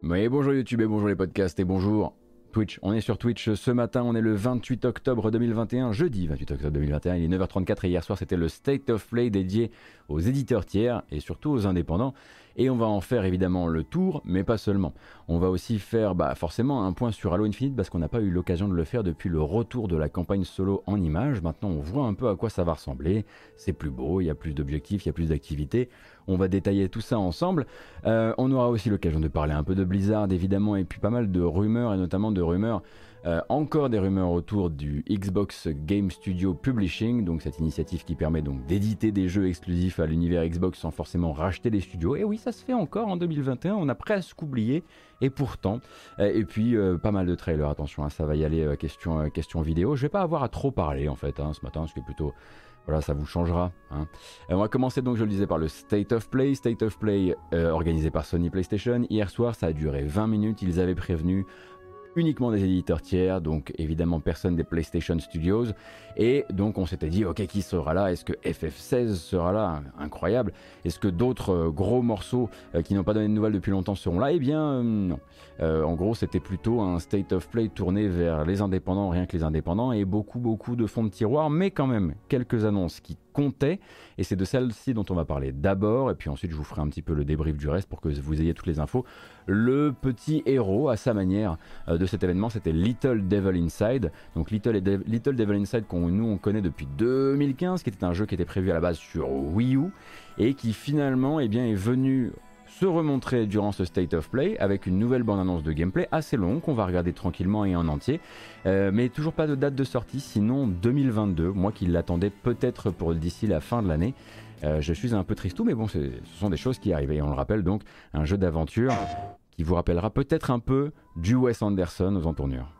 Oui, bonjour YouTube et bonjour les podcasts et bonjour Twitch. On est sur Twitch ce matin, on est le 28 octobre 2021, jeudi 28 octobre 2021, il est 9h34 et hier soir c'était le State of Play dédié aux éditeurs tiers et surtout aux indépendants. Et on va en faire évidemment le tour, mais pas seulement. On va aussi faire forcément un point sur Halo Infinite parce qu'on n'a pas eu l'occasion de le faire depuis le retour de la campagne solo en images. Maintenant on voit un peu à quoi ça va ressembler, c'est plus beau, il y a plus d'objectifs, il y a plus d'activités. On va détailler tout ça ensemble. On aura aussi l'occasion de parler un peu de Blizzard évidemment et puis pas mal de rumeurs et notamment de rumeurs. Encore des rumeurs autour du Xbox Game Studio Publishing, donc cette initiative qui permet donc d'éditer des jeux exclusifs à l'univers Xbox sans forcément racheter des studios. Et oui, ça se fait encore en 2021, on a presque oublié, et pourtant. Et puis pas mal de trailers, attention, hein, ça va y aller question vidéo. Je vais pas avoir à trop parler en fait ce matin, parce que plutôt... Voilà, ça vous changera. Hein. On va commencer donc, je le disais, par le State of Play. State of Play organisé par Sony PlayStation. Hier soir, ça a duré 20 minutes. Ils avaient prévenu uniquement des éditeurs tiers, donc évidemment personne des PlayStation Studios. Et donc on s'était dit, ok, qui sera là? Est-ce que FF16 sera là? Incroyable. Est-ce que d'autres gros morceaux qui n'ont pas donné de nouvelles depuis longtemps seront là? Eh bien non. En gros, c'était plutôt un State of Play tourné vers les indépendants, rien que les indépendants, et beaucoup de fonds de tiroir, mais quand même quelques annonces qui comptaient, et c'est de celle-ci dont on va parler d'abord, et puis ensuite je vous ferai un petit peu le débrief du reste pour que vous ayez toutes les infos. Le petit héros, à sa manière, de cet événement, c'était Little Devil Inside. Donc Little Devil Inside nous on connaît depuis 2015, qui était un jeu qui était prévu à la base sur Wii U, et qui finalement est venu se remontrer durant ce State of Play avec une nouvelle bande-annonce de gameplay assez longue qu'on va regarder tranquillement et en entier, mais toujours pas de date de sortie, sinon 2022, moi qui l'attendais peut-être pour d'ici la fin de l'année. Je suis un peu tristou, mais bon, ce sont des choses qui arrivent, et on le rappelle donc, un jeu d'aventure qui vous rappellera peut-être un peu du Wes Anderson aux entournures.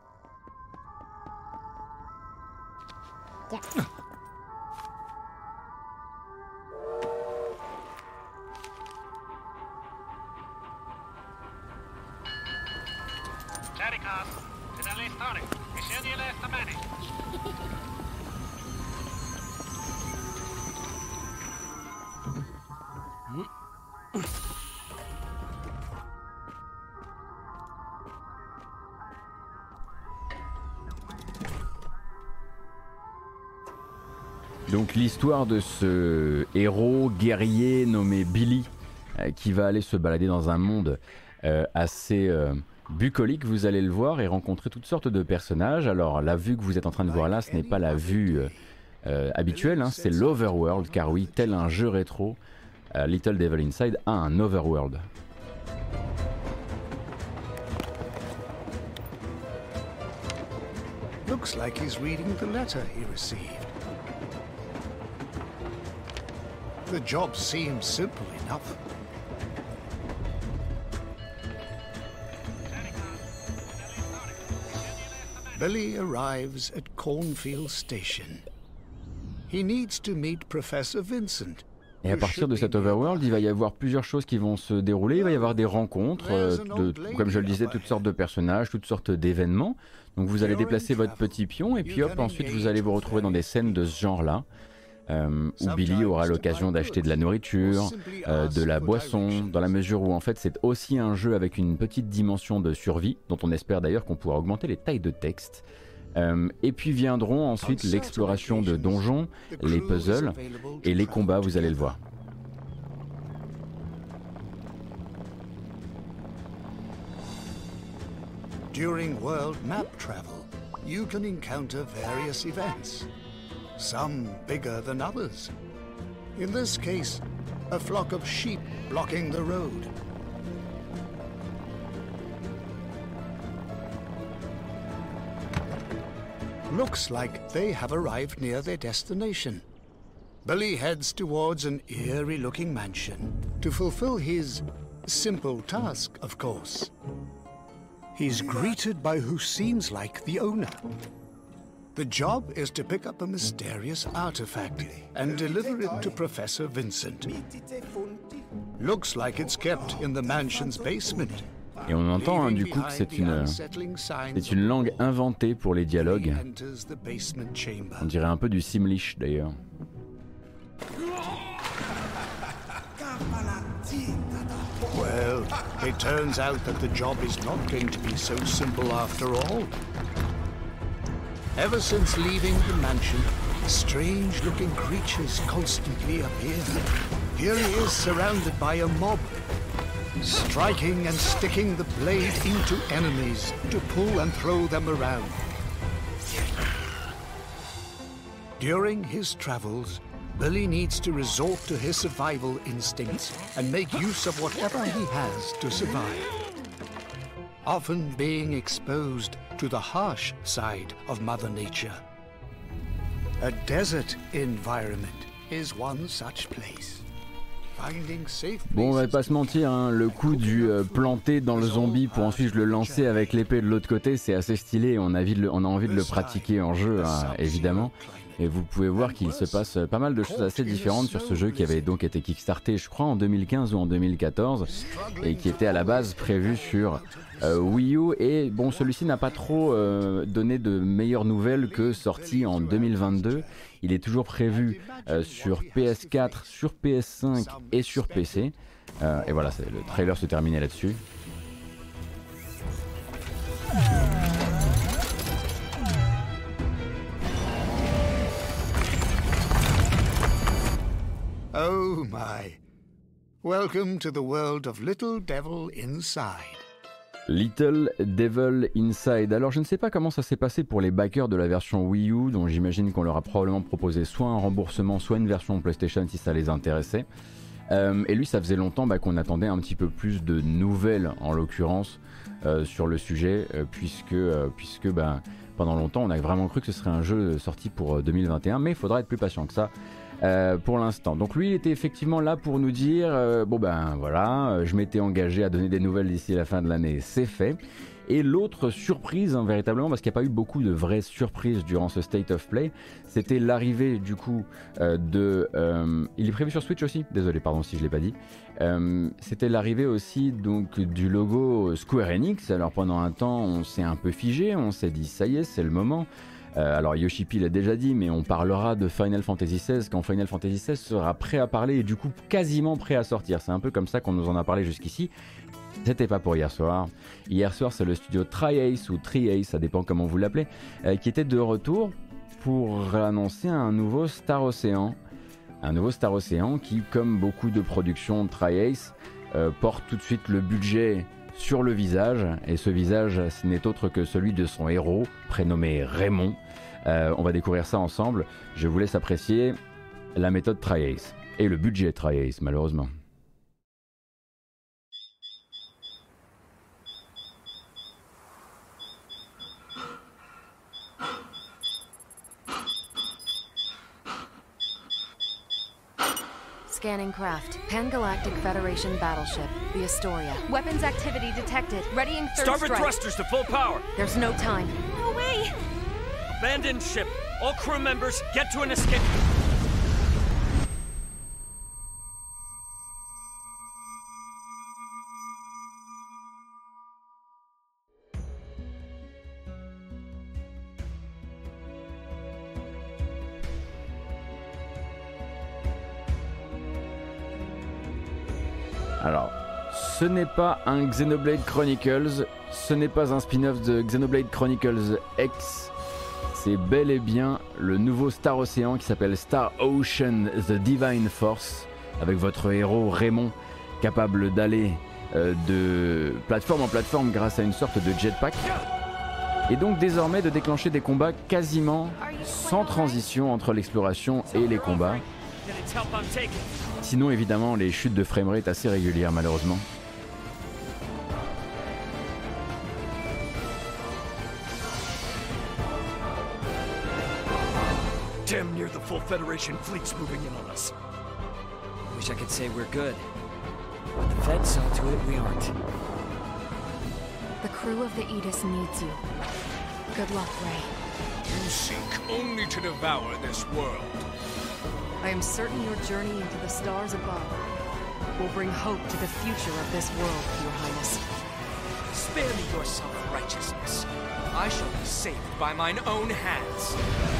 Yeah. Donc l'histoire de ce héros guerrier nommé Billy qui va aller se balader dans un monde assez bucolique, vous allez le voir, et rencontrer toutes sortes de personnages. Alors la vue que vous êtes en train de voir là, ce n'est pas la vue habituelle, hein, c'est l'Overworld, car oui, tel un jeu rétro, Little Devil Inside a un Overworld. Looks like he's reading the letter he received. The job seems simple enough. Billy arrives at Cornfield Station. He needs to meet Professor Vincent. Et à partir de cet Overworld, il va y avoir plusieurs choses qui vont se dérouler. Il va y avoir des rencontres, comme je le disais, toutes sortes de personnages, toutes sortes d'événements. Donc vous allez déplacer votre petit pion et puis hop, ensuite vous allez vous retrouver dans des scènes de ce genre-là. Où Billy aura l'occasion d'acheter de la nourriture, de la boisson, dans la mesure où en fait c'est aussi un jeu avec une petite dimension de survie, dont on espère d'ailleurs qu'on pourra augmenter les tailles de texte. Et puis viendront ensuite l'exploration de donjons, les puzzles et les combats, vous allez le voir. During world map travel, you can encounter various events. Some bigger than others. In this case, a flock of sheep blocking the road. Looks like they have arrived near their destination. Billy heads towards an eerie-looking mansion to fulfill his simple task, of course. He's greeted by who seems like the owner. The job is to pick up a mysterious artifact and deliver it to Professor Vincent. Looks like it's kept in the mansion's basement. Et on entend du coup que c'est une langue inventée pour les dialogues. On dirait un peu du Simlish d'ailleurs. Well, Well, it turns out that the job is not going to be so simple after all. Ever since leaving the mansion, strange-looking creatures constantly appear. Here he is surrounded by a mob, striking and sticking the blade into enemies to pull and throw them around. During his travels, Billy needs to resort to his survival instincts and make use of whatever he has to survive, often being exposed to the harsh side of Mother Nature. A desert environment is one such place. Bon, on va pas se mentir, hein, le coup du planter dans le zombie pour ensuite le lancer avec l'épée de l'autre côté, c'est assez stylé. On a envie de le pratiquer en jeu, hein, évidemment. Et vous pouvez voir qu'il se passe pas mal de choses assez différentes sur ce jeu qui avait donc été kickstarté, je crois, en 2015 ou en 2014 et qui était à la base prévu sur Wii U. Et bon, celui-ci n'a pas trop donné de meilleures nouvelles que sorti en 2022. Il est toujours prévu sur PS4, sur PS5 et sur PC. Et voilà, le trailer se terminait là-dessus. Oh my. Welcome to the world of Little Devil Inside. Little Devil Inside. Alors je ne sais pas comment ça s'est passé pour les backers de la version Wii U, dont j'imagine qu'on leur a probablement proposé soit un remboursement, soit une version PlayStation si ça les intéressait. Et lui, ça faisait longtemps qu'on attendait un petit peu plus de nouvelles, en l'occurrence, sur le sujet, puisque pendant longtemps, on a vraiment cru que ce serait un jeu sorti pour 2021, mais il faudra être plus patient que ça. Pour l'instant. Donc lui il était effectivement là pour nous dire voilà, je m'étais engagé à donner des nouvelles d'ici la fin de l'année, c'est fait. Et l'autre surprise, hein, véritablement, parce qu'il n'y a pas eu beaucoup de vraies surprises durant ce State of Play, c'était l'arrivée du coup il est prévu sur Switch aussi, désolé pardon si je ne l'ai pas dit, c'était l'arrivée aussi donc du logo Square Enix. Alors pendant un temps on s'est un peu figé, on s'est dit ça y est c'est le moment. Alors Yoshi-P l'a déjà dit, mais on parlera de Final Fantasy XVI quand Final Fantasy XVI sera prêt à parler et du coup quasiment prêt à sortir. C'est un peu comme ça qu'on nous en a parlé jusqu'ici. C'était pas pour hier soir. Hier soir, c'est le studio Tri-Ace ou Tri-Ace, ça dépend comment vous l'appelez, qui était de retour pour annoncer un nouveau Star Ocean. Un nouveau Star Ocean qui, comme beaucoup de productions Tri-Ace, porte tout de suite le budget sur le visage, et ce visage ce n'est autre que celui de son héros prénommé Raymond. On va découvrir ça ensemble. Je vous laisse apprécier la méthode Tri-Ace et le budget Tri-Ace malheureusement. Scanning craft. Pan-Galactic Federation battleship, the Astoria. Weapons activity detected. Readying third Starboard strike. thrusters to full power. There's no time. No way! Abandon ship. All crew members, get to an escape. Alors, ce n'est pas un Xenoblade Chronicles, ce n'est pas un spin-off de Xenoblade Chronicles X, c'est bel et bien le nouveau Star Ocean qui s'appelle Star Ocean The Divine Force, avec votre héros Raymond, capable d'aller de plateforme en plateforme grâce à une sorte de jetpack, et donc désormais de déclencher des combats quasiment sans transition entre l'exploration et les combats. Sinon évidemment les chutes de framerate assez régulières malheureusement. Damn near the full Federation fleet's moving in on us. Wish I could say we're good. But the Fed saw to it we aren't. The crew of the Aegis needs you. Good luck, Ray. You seek only to devour this world. I am certain your journey into the stars above will bring hope to the future of this world, Your Highness. Spare me your self-righteousness. I shall be saved by mine own hands.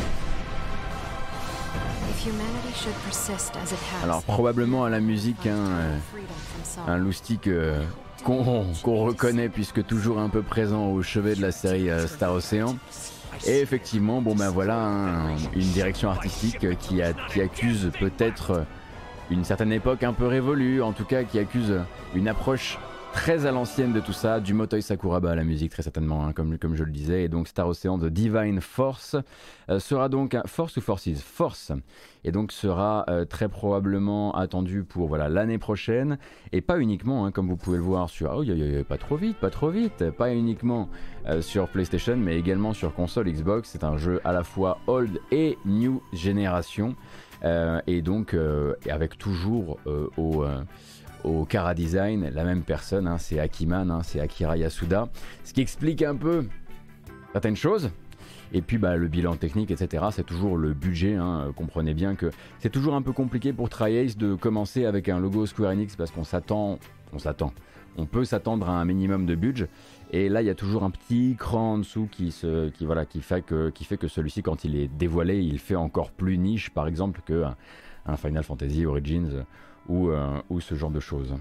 If humanity should persist as it has, Alors probablement à la musique un loustic qu'on reconnaît puisque toujours un peu présent au chevet de la série Star Ocean. Et effectivement, bon ben voilà une direction artistique qui accuse peut-être une certaine époque un peu révolue, en tout cas qui accuse une approche très à l'ancienne de tout ça, du Motoi Sakuraba à la musique très certainement, hein, comme je le disais. Et donc Star Ocean de Divine Force sera donc Force ou Forces Force, et donc sera très probablement attendu pour voilà l'année prochaine, et pas uniquement hein, comme vous pouvez le voir sur pas trop vite, pas uniquement sur PlayStation mais également sur console Xbox. C'est un jeu à la fois old et new génération, et donc avec toujours au Chara Design, la même personne, hein, c'est Akiman, hein, c'est Akira Yasuda, ce qui explique un peu certaines choses. Et puis bah, le bilan technique, etc., c'est toujours le budget, hein, comprenez bien que c'est toujours un peu compliqué pour Tri-Ace de commencer avec un logo Square Enix parce on peut s'attendre à un minimum de budget, et là il y a toujours un petit cran en dessous qui fait que celui-ci, quand il est dévoilé, il fait encore plus niche, par exemple, que un Final Fantasy Origins ou ce genre de choses.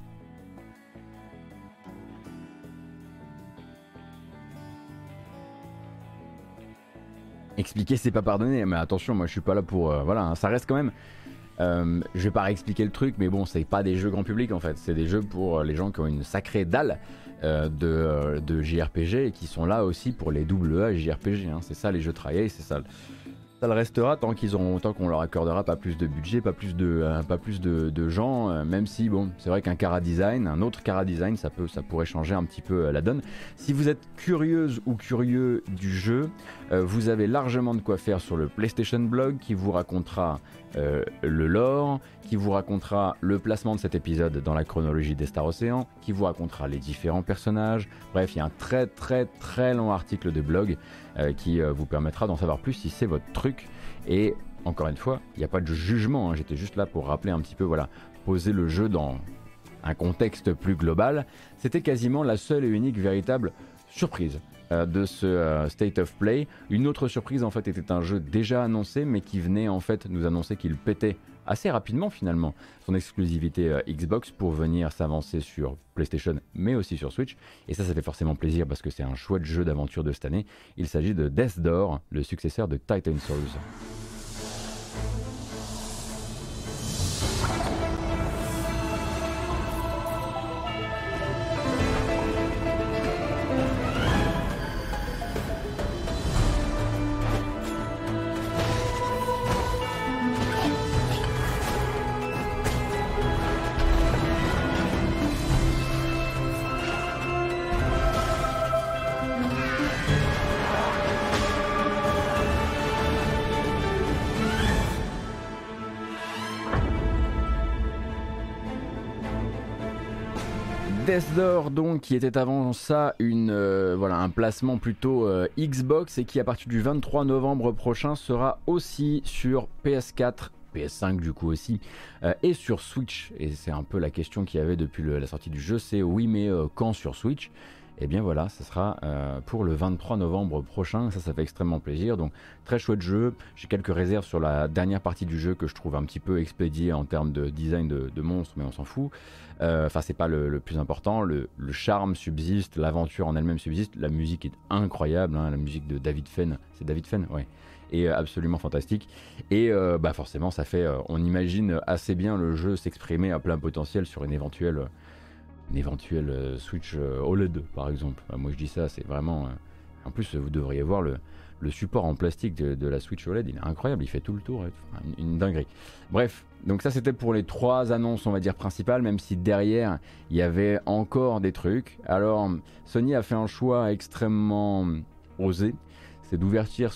Expliquer, c'est pas pardonner, mais attention, moi je suis pas là pour... voilà, hein, ça reste quand même... je vais pas réexpliquer le truc, mais bon, c'est pas des jeux grand public en fait, c'est des jeux pour les gens qui ont une sacrée dalle de JRPG et qui sont là aussi pour les AA JRPG, hein. C'est ça les jeux Tri-Ace, c'est ça. Ça le restera tant qu'on leur accordera pas plus de budget, pas plus de gens, même si bon, c'est vrai qu'un autre Chara Design, ça pourrait changer un petit peu la donne. Si vous êtes curieuse ou curieux du jeu, vous avez largement de quoi faire sur le PlayStation Blog qui vous racontera le lore, qui vous racontera le placement de cet épisode dans la chronologie des Star Ocean, qui vous racontera les différents personnages. Bref, il y a un très très très long article de blog qui vous permettra d'en savoir plus si c'est votre truc. Et encore une fois, il n'y a pas de jugement, hein. J'étais juste là pour rappeler un petit peu, voilà, poser le jeu dans un contexte plus global. C'était quasiment la seule et unique véritable surprise de ce State of Play. Une autre surprise en fait était un jeu déjà annoncé, mais qui venait en fait nous annoncer qu'il pétait assez rapidement finalement son exclusivité Xbox pour venir s'avancer sur PlayStation mais aussi sur Switch, et ça fait forcément plaisir parce que c'est un chouette jeu d'aventure de cette année. Il s'agit de Death Door, le successeur de Titan Souls. Death Door donc, qui était avant ça un placement plutôt Xbox, et qui à partir du 23 novembre prochain sera aussi sur PS4, PS5 du coup aussi, et sur Switch. Et c'est un peu la question qu'il y avait depuis la sortie du jeu, c'est oui mais quand sur Switch? Et bien voilà, ça sera pour le 23 novembre prochain, ça fait extrêmement plaisir. Donc très chouette jeu. J'ai quelques réserves sur la dernière partie du jeu que je trouve un petit peu expédiée en termes de design de monstres, mais on s'en fout. Enfin c'est pas le plus important, le charme subsiste, l'aventure en elle-même subsiste, la musique est incroyable, hein, la musique de David Fenn, c'est David Fenn, ouais, et absolument fantastique. Et forcément ça fait, on imagine assez bien le jeu s'exprimer à plein potentiel sur une éventuelle Switch OLED par exemple. Moi je dis ça, c'est vraiment... en plus vous devriez voir le support en plastique de la Switch OLED, il est incroyable, il fait tout le tour, une dinguerie. Bref, donc ça c'était pour les 3 annonces on va dire principales, même si derrière il y avait encore des trucs. Alors Sony a fait un choix extrêmement osé, c'est d'ouvrir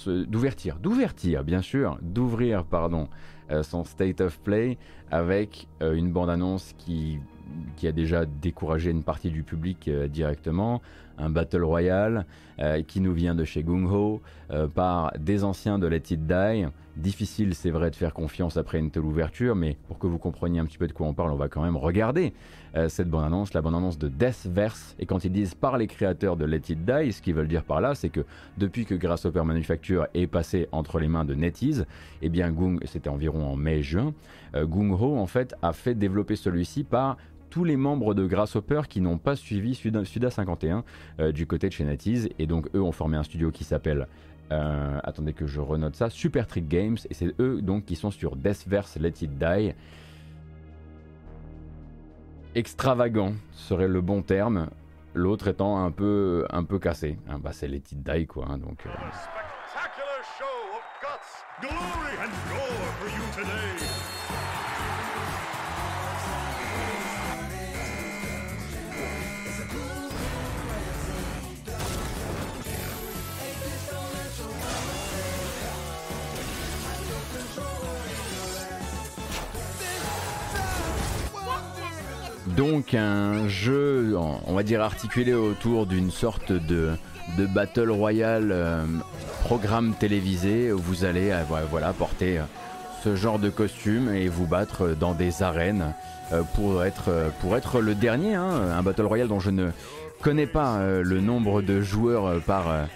son State of Play avec une bande-annonce qui a déjà découragé une partie du public directement, un Battle Royale qui nous vient de chez Gung Ho par des anciens de Let It Die. Difficile, c'est vrai, de faire confiance après une telle ouverture, mais pour que vous compreniez un petit peu de quoi on parle, on va quand même regarder cette bande-annonce, la bande-annonce de Deathverse. Et quand ils disent par les créateurs de Let It Die, ce qu'ils veulent dire par là, c'est que depuis que Grasshopper Manufacture est passé entre les mains de NetEase, eh bien c'était environ en mai-juin, Gung Ho en fait a fait développer celui-ci par tous les membres de Grasshopper qui n'ont pas suivi Suda 51 du côté de chez NetEase, et donc eux ont formé un studio qui s'appelle attendez que je renote ça, Super Trick Games, et c'est eux donc qui sont sur Deathverse Let It Die. Extravagant serait le bon terme, l'autre étant un peu cassé. Hein, bah c'est Let It Die quoi, hein, donc... Spectacular show of guts, glory and gore for you today. Donc un jeu, on va dire articulé autour d'une sorte de Battle Royale programme télévisé où vous allez voilà, porter ce genre de costume et vous battre dans des arènes pour être le dernier, hein, un Battle Royale dont je ne connais pas le nombre de joueurs par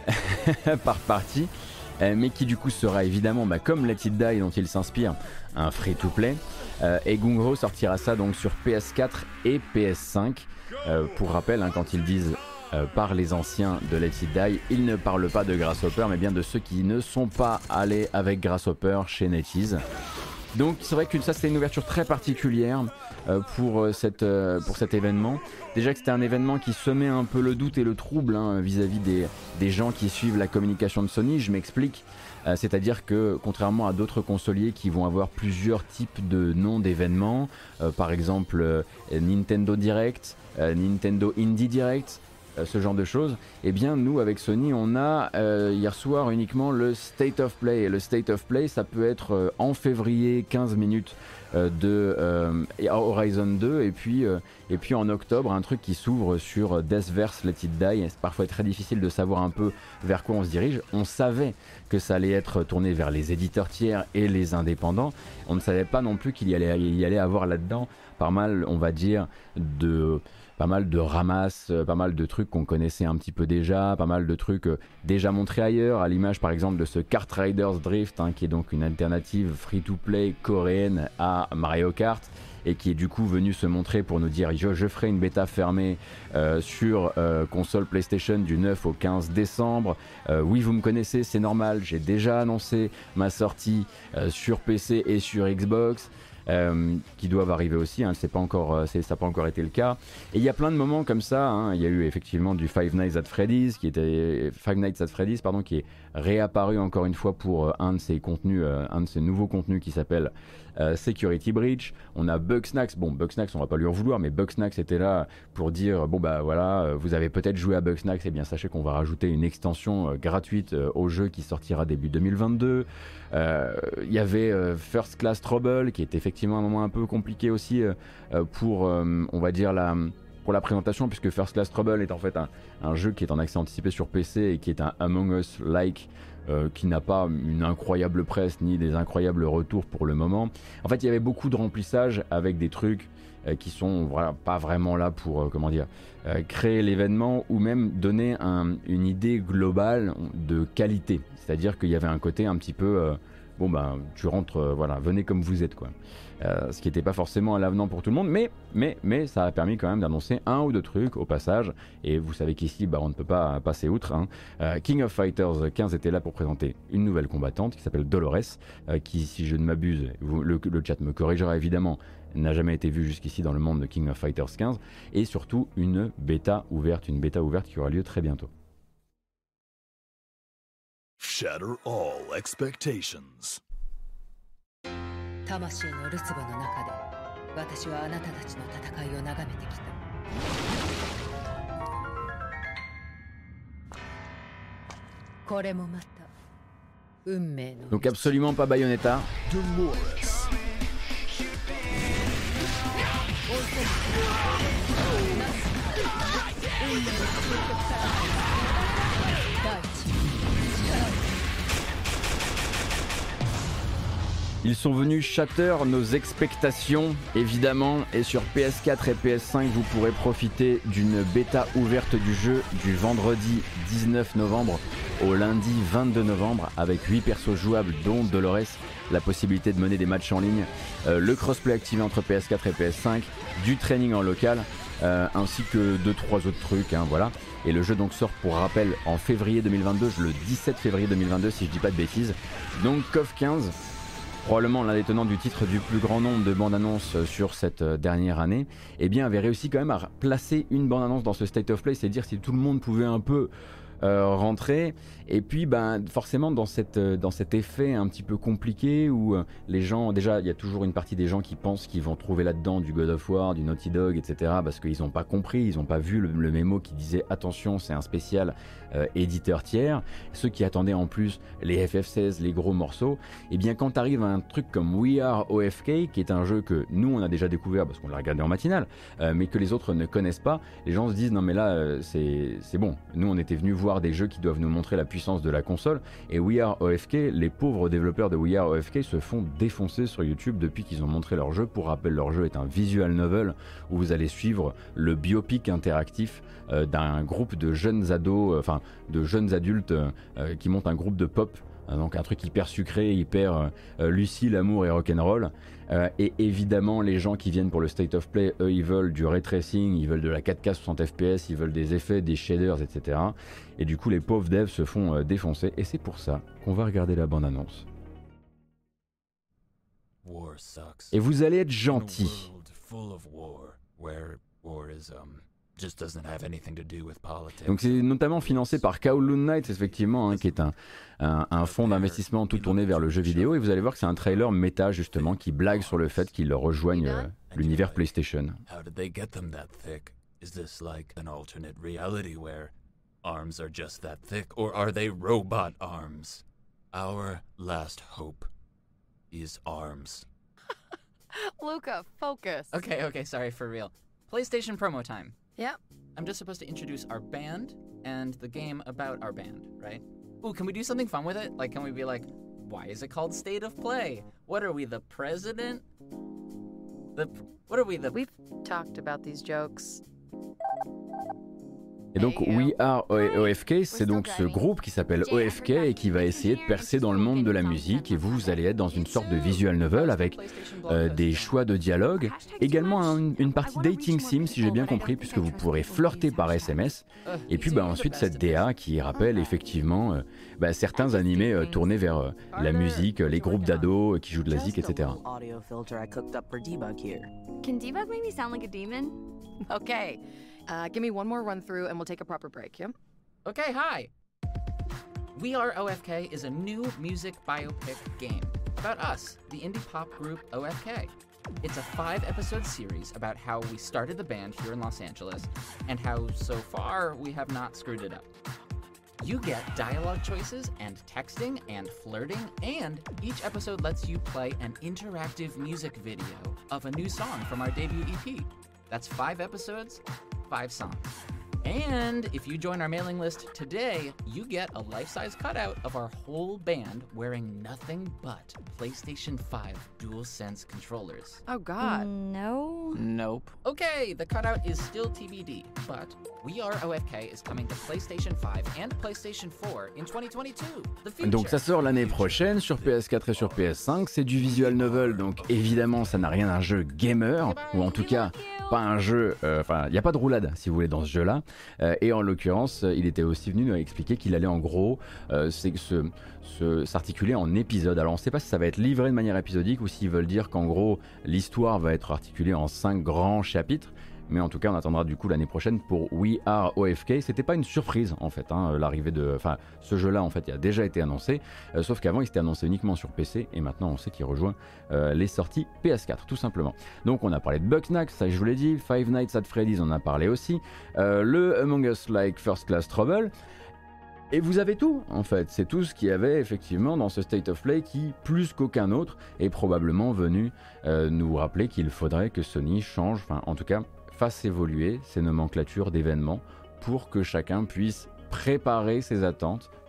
partie, mais qui du coup sera évidemment, comme Let It Die dont il s'inspire, un free-to-play. Et Gung Ho sortira ça donc sur PS4 et PS5. Pour rappel, hein, quand ils disent par les anciens de Let It Die, ils ne parlent pas de Grasshopper, mais bien de ceux qui ne sont pas allés avec Grasshopper chez NetEase. Donc c'est vrai que ça c'était une ouverture très particulière pour cet événement. Déjà que c'était un événement qui semait un peu le doute et le trouble hein, vis-à-vis des gens qui suivent la communication de Sony, je m'explique. C'est-à-dire que contrairement à d'autres consoliers qui vont avoir plusieurs types de noms d'événements, par exemple Nintendo Direct, Nintendo Indie Direct, ce genre de choses, eh bien nous avec Sony on a hier soir uniquement le State of Play. Et le State of Play ça peut être en février 15 minutes de Horizon 2 et puis en octobre un truc qui s'ouvre sur Deathverse Let It Die. C'est parfois très difficile de savoir un peu vers quoi on se dirige. On savait que ça allait être tourné vers les éditeurs tiers et les indépendants. On ne savait pas non plus qu'il y allait avoir là-dedans pas mal, on va dire, pas mal de ramasses, pas mal de trucs qu'on connaissait un petit peu déjà, pas mal de trucs déjà montrés ailleurs, à l'image par exemple de ce Kart Riders Drift, hein, qui est donc une alternative free-to-play coréenne à Mario Kart, et qui est du coup venu se montrer pour nous dire je ferai une bêta fermée sur console PlayStation du 9 au 15 décembre. Oui, vous me connaissez, c'est normal, j'ai déjà annoncé ma sortie sur PC et sur Xbox. Qui doivent arriver aussi, hein, ça n'a pas encore été le cas. Et il y a plein de moments comme ça, hein. Il y a eu effectivement du Five Nights at Freddy's qui est réapparu encore une fois pour un de ses nouveaux contenus qui s'appelle Security Breach. On a Bugsnax, Bugsnax on va pas lui en vouloir, mais Bugsnax était là pour dire voilà, vous avez peut-être joué à Bugsnax, et bien sachez qu'on va rajouter une extension gratuite au jeu qui sortira début 2022. Il y avait First Class Trouble qui est effectivement un moment un peu compliqué aussi pour on va dire pour la présentation, puisque First Class Trouble est en fait un jeu qui est en accès anticipé sur PC et qui est un Among Us-like qui n'a pas une incroyable presse ni des incroyables retours pour le moment. En fait, il y avait beaucoup de remplissage avec des trucs qui sont pas vraiment là pour créer l'événement ou même donner une idée globale de qualité. C'est-à-dire qu'il y avait un côté un petit peu tu rentres, venez comme vous êtes quoi. Ce qui n'était pas forcément à l'avenant pour tout le monde, mais ça a permis quand même d'annoncer un ou deux trucs au passage, et vous savez qu'ici on ne peut pas passer outre, hein. King of Fighters 15 était là pour présenter une nouvelle combattante qui s'appelle Dolores, qui, si je ne m'abuse, le chat me corrigera évidemment, n'a jamais été vue jusqu'ici dans le monde de King of Fighters 15, et surtout une bêta ouverte qui aura lieu très bientôt. Shatter all expectations. 魂のるつぼの中で私はあなたたちの戦いを眺めてきた。これもまた運命の。 Donc absolument pas Bayonetta. Dolores. Ils sont venus shatter nos expectations, évidemment, et sur PS4 et PS5, vous pourrez profiter d'une bêta ouverte du jeu du vendredi 19 novembre au lundi 22 novembre, avec 8 persos jouables, dont Dolores, la possibilité de mener des matchs en ligne, le crossplay activé entre PS4 et PS5, du training en local, ainsi que 2-3 autres trucs, hein, voilà. Et le jeu donc sort, pour rappel, en février 2022, le 17 février 2022 si je dis pas de bêtises. Donc KOF 15, probablement l'un des tenants du titre du plus grand nombre de bandes annonces sur cette dernière année, eh bien avait réussi quand même à placer une bande annonce dans ce State of Play, c'est dire si tout le monde pouvait un peu rentrer. Et puis forcément dans cet effet un petit peu compliqué où les gens, déjà il y a toujours une partie des gens qui pensent qu'ils vont trouver là-dedans du God of War, du Naughty Dog, etc. parce qu'ils n'ont pas compris, ils n'ont pas vu le mémo qui disait attention c'est un spécial éditeur tiers. Ceux qui attendaient en plus les FF16, les gros morceaux, et bien quand arrive un truc comme We Are OFK, qui est un jeu que nous on a déjà découvert parce qu'on l'a regardé en matinale, mais que les autres ne connaissent pas, les gens se disent non mais là c'est bon, nous on était venus voir des jeux qui doivent nous montrer la puissance de la console, et We Are OFK, les pauvres développeurs de We Are OFK se font défoncer sur YouTube depuis qu'ils ont montré leur jeu. Pour rappel, leur jeu est un visual novel où vous allez suivre le biopic interactif d'un groupe de jeunes ados, enfin de jeunes adultes qui montent un groupe de pop. Donc un truc hyper sucré, hyper Lucie, l'amour et rock'n'roll. Et évidemment les gens qui viennent pour le State of Play, eux ils veulent du ray tracing, ils veulent de la 4K 60 fps, ils veulent des effets, des shaders, etc. Et du coup les pauvres devs se font défoncer, et c'est pour ça qu'on va regarder la bande annonce. Et vous allez être gentil. Donc c'est notamment financé par Kowloon Knight, effectivement, hein, qui est un fonds d'investissement tout tourné vers le jeu vidéo, et vous allez voir que c'est un trailer méta justement qui blague sur le fait qu'ils rejoignent l'univers PlayStation. Arms are just that thick, or are they robot arms? Our last hope is arms. Luca, focus. Okay, sorry, for real. PlayStation promo time. Yep. I'm just supposed to introduce our band and the game about our band, right? Ooh, can we do something fun with it? Like, can we be like, why is it called State of Play? What are we, the president? What are we, the... We've talked about these jokes. Et donc We Are OFK, c'est donc ce groupe qui s'appelle OFK et qui va essayer de percer dans le monde de la musique, et vous allez être dans une sorte de visual novel avec des choix de dialogue, également une partie dating sim si j'ai bien compris, puisque vous pourrez flirter par SMS, et puis ensuite cette DA qui rappelle effectivement certains animés tournés vers la musique, les groupes d'ados qui jouent de la zik, etc. Can debug make me sound like a demon? Okay. Give me one more run through and we'll take a proper break, yeah? Okay, hi! We Are OFK is a new music biopic game about us, the indie pop group OFK. It's a 5-episode series about how we started the band here in Los Angeles and how, so far, we have not screwed it up. You get dialogue choices and texting and flirting, and each episode lets you play an interactive music video of a new song from our debut EP. That's 5 episodes, 5 songs. And if you join our mailing list today, you get a life-size cutout of our whole band wearing nothing but PlayStation 5 DualSense controllers. Oh God. No. Nope. Okay, the cutout is still TBD, but We Are OFK is coming to PlayStation 5 and PlayStation 4 in 2022. The future. Donc ça sort l'année prochaine sur PS4 et sur PS5, c'est du visual novel, donc évidemment ça n'a rien d'un jeu gamer, ou en tout cas pas un jeu, il n'y a pas de roulade si vous voulez dans ce jeu-là. Et en l'occurrence, il était aussi venu nous expliquer qu'il allait en gros s'articuler en épisodes. Alors on ne sait pas si ça va être livré de manière épisodique ou s'ils veulent dire qu'en gros l'histoire va être articulée en 5 grands chapitres. Mais en tout cas on attendra du coup l'année prochaine pour We Are OFK. C'était pas une surprise en fait, l'arrivée de... Enfin ce jeu là en fait il a déjà été annoncé, sauf qu'avant il s'était annoncé uniquement sur PC, et maintenant on sait qu'il rejoint les sorties PS4 tout simplement. Donc on a parlé de Bugsnax, ça je vous l'ai dit, Five Nights at Freddy's on a parlé aussi, le Among Us Like First Class Trouble. Et vous avez tout, en fait, c'est tout ce qu'il y avait effectivement dans ce State of Play qui, plus qu'aucun autre, est probablement venu nous rappeler qu'il faudrait que Sony change, enfin en tout cas fasse évoluer ses nomenclatures d'événements pour que chacun puisse préparer ses attentes,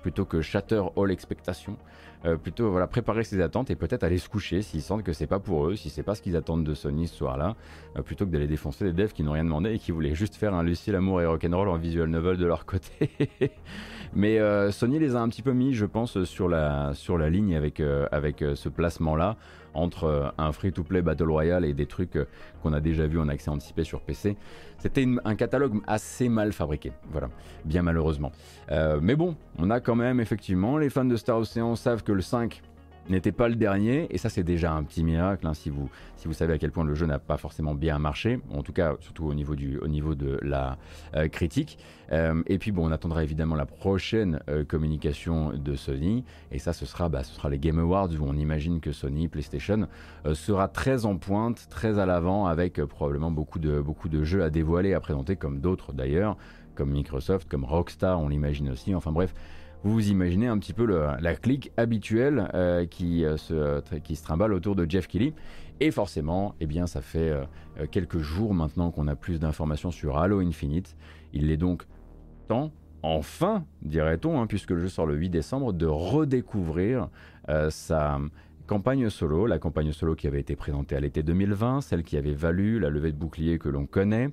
plutôt que shatter all expectation. Plutôt voilà, préparer ses attentes et peut-être aller se coucher s'ils sentent que c'est pas pour eux, si c'est pas ce qu'ils attendent de Sony ce soir-là, plutôt que d'aller défoncer des devs qui n'ont rien demandé et qui voulaient juste faire un Lucie, l'amour et rock'n'roll en visual novel de leur côté. Mais Sony les a un petit peu mis, je pense, sur la ligne avec ce placement-là, entre un free-to-play Battle Royale et des trucs qu'on a déjà vus en accès anticipé sur PC. C'était un catalogue assez mal fabriqué, voilà, bien malheureusement. Mais bon, on a quand même, effectivement, les fans de Star Ocean savent que le 5 n'était pas le dernier, et ça c'est déjà un petit miracle, hein, si vous savez à quel point le jeu n'a pas forcément bien marché, en tout cas surtout au niveau de la critique. Et puis bon, on attendra évidemment la prochaine communication de Sony, et ça ce sera les Game Awards, où on imagine que Sony PlayStation sera très en pointe, très à l'avant, avec probablement beaucoup de jeux à dévoiler, à présenter, comme d'autres d'ailleurs, comme Microsoft, comme Rockstar, on l'imagine aussi. Enfin bref, vous imaginez un petit peu la clique habituelle qui se trimballe autour de Jeff Keighley. Et forcément, eh bien, ça fait quelques jours maintenant qu'on a plus d'informations sur Halo Infinite. Il est donc temps, enfin, dirait-on, hein, puisque le jeu sort le 8 décembre, de redécouvrir sa campagne solo, la campagne solo qui avait été présentée à l'été 2020, celle qui avait valu la levée de bouclier que l'on connaît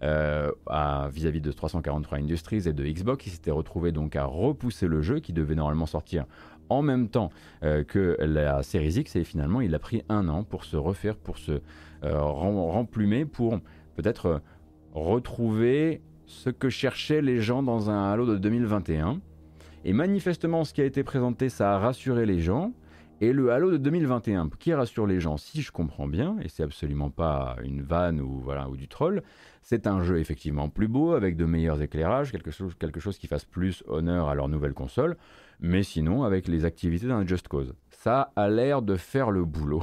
vis-à-vis de 343 Industries et de Xbox, qui s'était retrouvé donc à repousser le jeu qui devait normalement sortir en même temps que la Series X, et finalement il a pris 1 an pour se refaire, pour se remplumer, pour peut-être retrouver ce que cherchaient les gens dans un Halo de 2021. Et manifestement, ce qui a été présenté, ça a rassuré les gens. Et le Halo de 2021, qui rassure les gens, si je comprends bien, et c'est absolument pas une vanne ou du troll, c'est un jeu effectivement plus beau, avec de meilleurs éclairages, quelque chose qui fasse plus honneur à leur nouvelle console, mais sinon avec les activités d'un Just Cause. Ça a l'air de faire le boulot.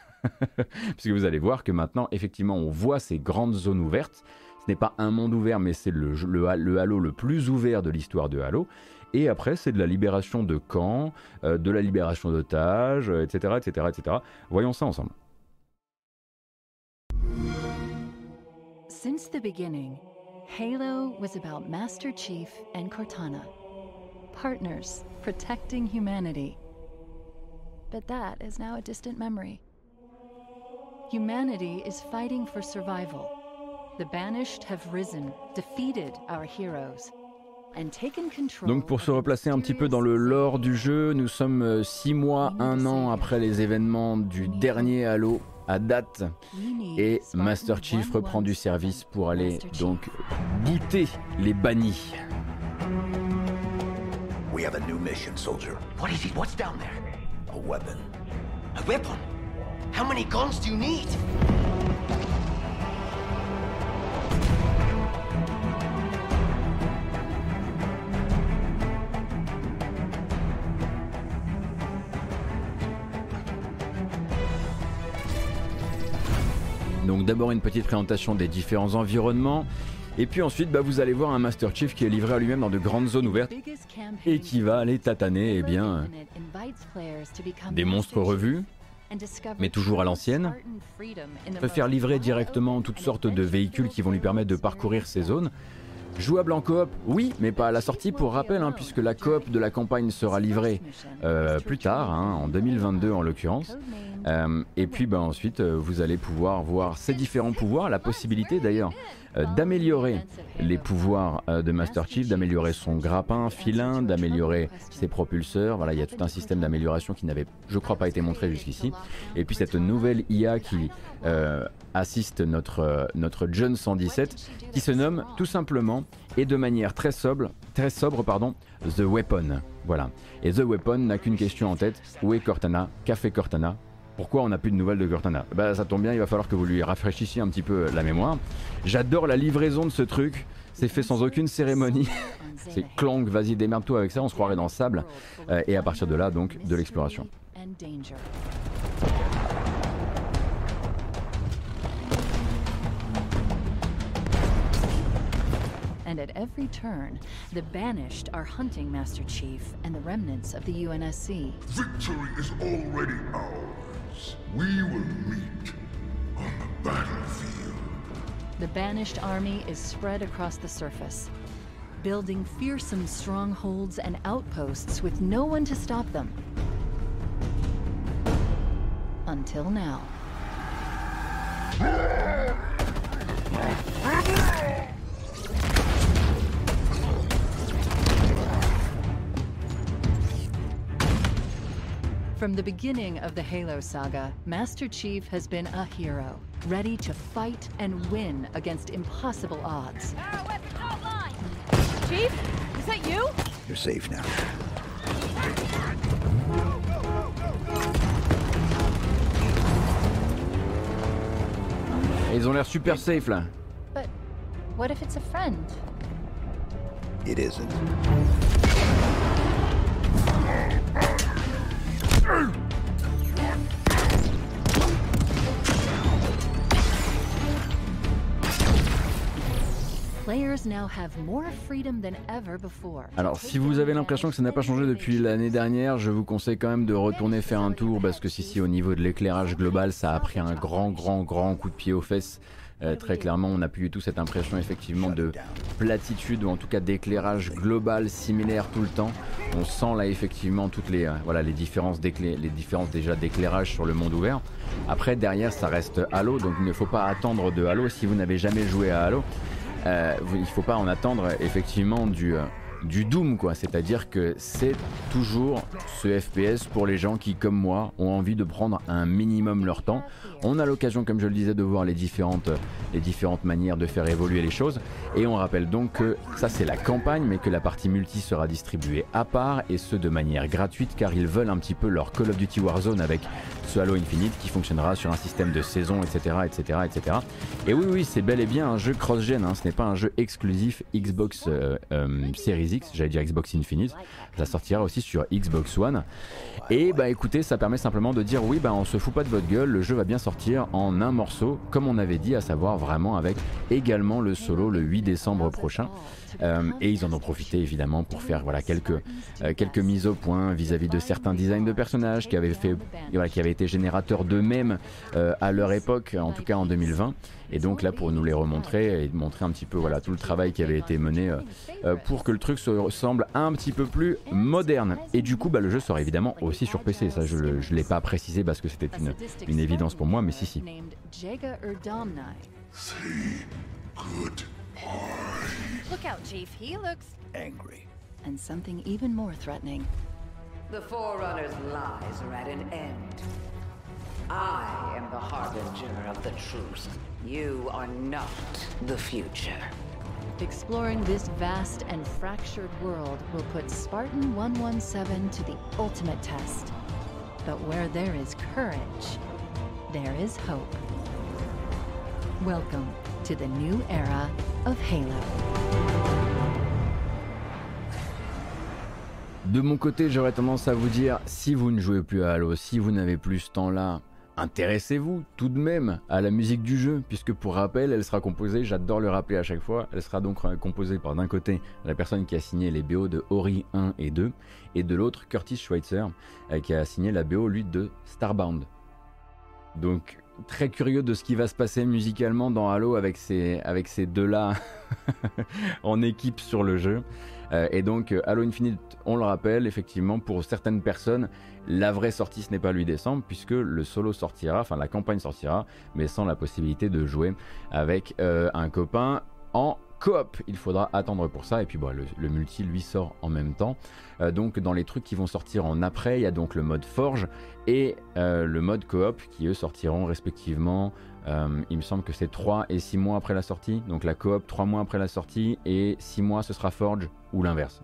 Puisque vous allez voir que maintenant, effectivement, on voit ces grandes zones ouvertes. Ce n'est pas un monde ouvert, mais c'est le Halo le plus ouvert de l'histoire de Halo. Et après, c'est de la libération de camps, de la libération d'otages, etc., etc., etc. Voyons ça ensemble. Since the beginning, Halo was about Master Chief and Cortana, partners protecting humanity. But that is now a distant memory. Humanity is fighting for survival. The banished have risen, defeated our heroes. Donc pour se replacer un petit peu dans le lore du jeu, nous sommes 6 mois, 1 an après les événements du dernier Halo à date, et Master Chief reprend du service pour aller donc booter les bannis. We have a new mission, soldier. What is it? What's down there? A weapon. A weapon? How many guns do you need? Donc d'abord une petite présentation des différents environnements, et puis ensuite vous allez voir un Master Chief qui est livré à lui-même dans de grandes zones ouvertes et qui va aller tataner des monstres revus, mais toujours à l'ancienne. Peut faire livrer directement toutes sortes de véhicules qui vont lui permettre de parcourir ces zones. Jouable en coop, oui, mais pas à la sortie pour rappel, hein, puisque la coop de la campagne sera livrée plus tard, hein, en 2022 en l'occurrence. Et puis ensuite, vous allez pouvoir voir ces différents pouvoirs, la possibilité d'ailleurs d'améliorer les pouvoirs de Master Chief, d'améliorer son grappin filin, d'améliorer ses propulseurs. Voilà, il y a tout un système d'amélioration qui n'avait, je crois, pas été montré jusqu'ici. Et puis cette nouvelle IA qui assiste notre John 117, qui se nomme tout simplement et de manière très sobre, The Weapon. Voilà. Et The Weapon n'a qu'une question en tête: où est Cortana? Qu'a fait Cortana? Pourquoi on n'a plus de nouvelles de Cortana? Ça tombe bien, il va falloir que vous lui rafraîchissiez un petit peu la mémoire. J'adore la livraison de ce truc, c'est fait sans aucune cérémonie. C'est clank, vas-y démerde-toi avec ça, on se croirait dans le sable. Et à partir de là, donc, de l'exploration. And at every turn, the Banished are hunting Master Chief and the remnants of the UNSC. Victory is already ours. We will meet on the battlefield. The Banished army is spread across the surface. building fearsome strongholds and outposts with no one to stop them. Until now. From the beginning of the Halo saga, Master Chief has been a hero, ready to fight and win against impossible odds. Arrow at the top line! Chief, is that you? You're safe now. Ils ont l'air super safe là. But what if it's a friend? It isn't. Players now have more freedom than ever before. Alors si vous avez l'impression que ça n'a pas changé depuis l'année dernière, je vous conseille quand même de retourner faire un tour parce que si au niveau de l'éclairage global ça a pris un grand coup de pied aux fesses. Très clairement on n'a plus du tout cette impression effectivement de platitude ou en tout cas d'éclairage global similaire tout le temps. On sent là effectivement toutes les différences déjà d'éclairage sur le monde ouvert. Après derrière ça reste Halo, donc il ne faut pas attendre de Halo si vous n'avez jamais joué à Halo. Il ne faut pas en attendre effectivement du Doom quoi, c'est-à-dire que c'est toujours ce FPS pour les gens qui comme moi ont envie de prendre un minimum leur temps. On a l'occasion comme je le disais de voir les différentes manières de faire évoluer les choses et on rappelle donc que ça c'est la campagne mais que la partie multi sera distribuée à part et ce de manière gratuite car ils veulent un petit peu leur Call of Duty Warzone avec ce Halo Infinite qui fonctionnera sur un système de saison etc. Et oui c'est bel et bien un jeu cross-gen, hein, ce n'est pas un jeu exclusif Xbox Series X, j'allais dire Xbox Infinite, ça sortira aussi sur Xbox One et bah écoutez ça permet simplement de dire oui bah on se fout pas de votre gueule, le jeu va bien sortir en un morceau comme on avait dit, à savoir vraiment avec également le solo le 8 décembre prochain et ils en ont profité évidemment pour faire voilà quelques mises au point vis-à-vis de certains designs de personnages qui avaient été générateurs d'eux-mêmes à leur époque, en tout cas en 2020 et donc là pour nous les remontrer et montrer un petit peu voilà tout le travail qui avait été mené pour que le truc se semble un petit peu plus moderne et du coup bah, le jeu sera évidemment aussi sur PC, ça je l'ai pas précisé parce que c'était une évidence pour moi mais si. Look out, Chief. He looks angry. And something even more threatening. The Forerunner's lies are at an end. I am the harbinger of the truth. You are not the future. Exploring this vast and fractured world will put Spartan 117 to the ultimate test. But where there is courage, there is hope. Welcome to the new era of Halo. De mon côté, j'aurais tendance à vous dire, si vous ne jouez plus à Halo, si vous n'avez plus ce temps-là, intéressez-vous tout de même à la musique du jeu, puisque pour rappel, elle sera composée, j'adore le rappeler à chaque fois, elle sera donc composée par d'un côté la personne qui a signé les BO de Ori 1 et 2, et de l'autre Curtis Schweitzer, qui a signé la BO lui de Starbound. Donc très curieux de ce qui va se passer musicalement dans Halo avec ces deux-là en équipe sur le jeu. Et donc Halo Infinite, on le rappelle, effectivement pour certaines personnes, la vraie sortie ce n'est pas le 8 décembre puisque le solo sortira, enfin la campagne sortira, mais sans la possibilité de jouer avec un copain en coop. Il faudra attendre pour ça et puis bon, le multi lui sort en même temps. Donc dans les trucs qui vont sortir en après, il y a donc le mode Forge et le mode coop qui eux sortiront respectivement, il me semble que c'est 3 et 6 mois après la sortie. Donc la coop 3 mois après la sortie et 6 mois ce sera Forge ou l'inverse.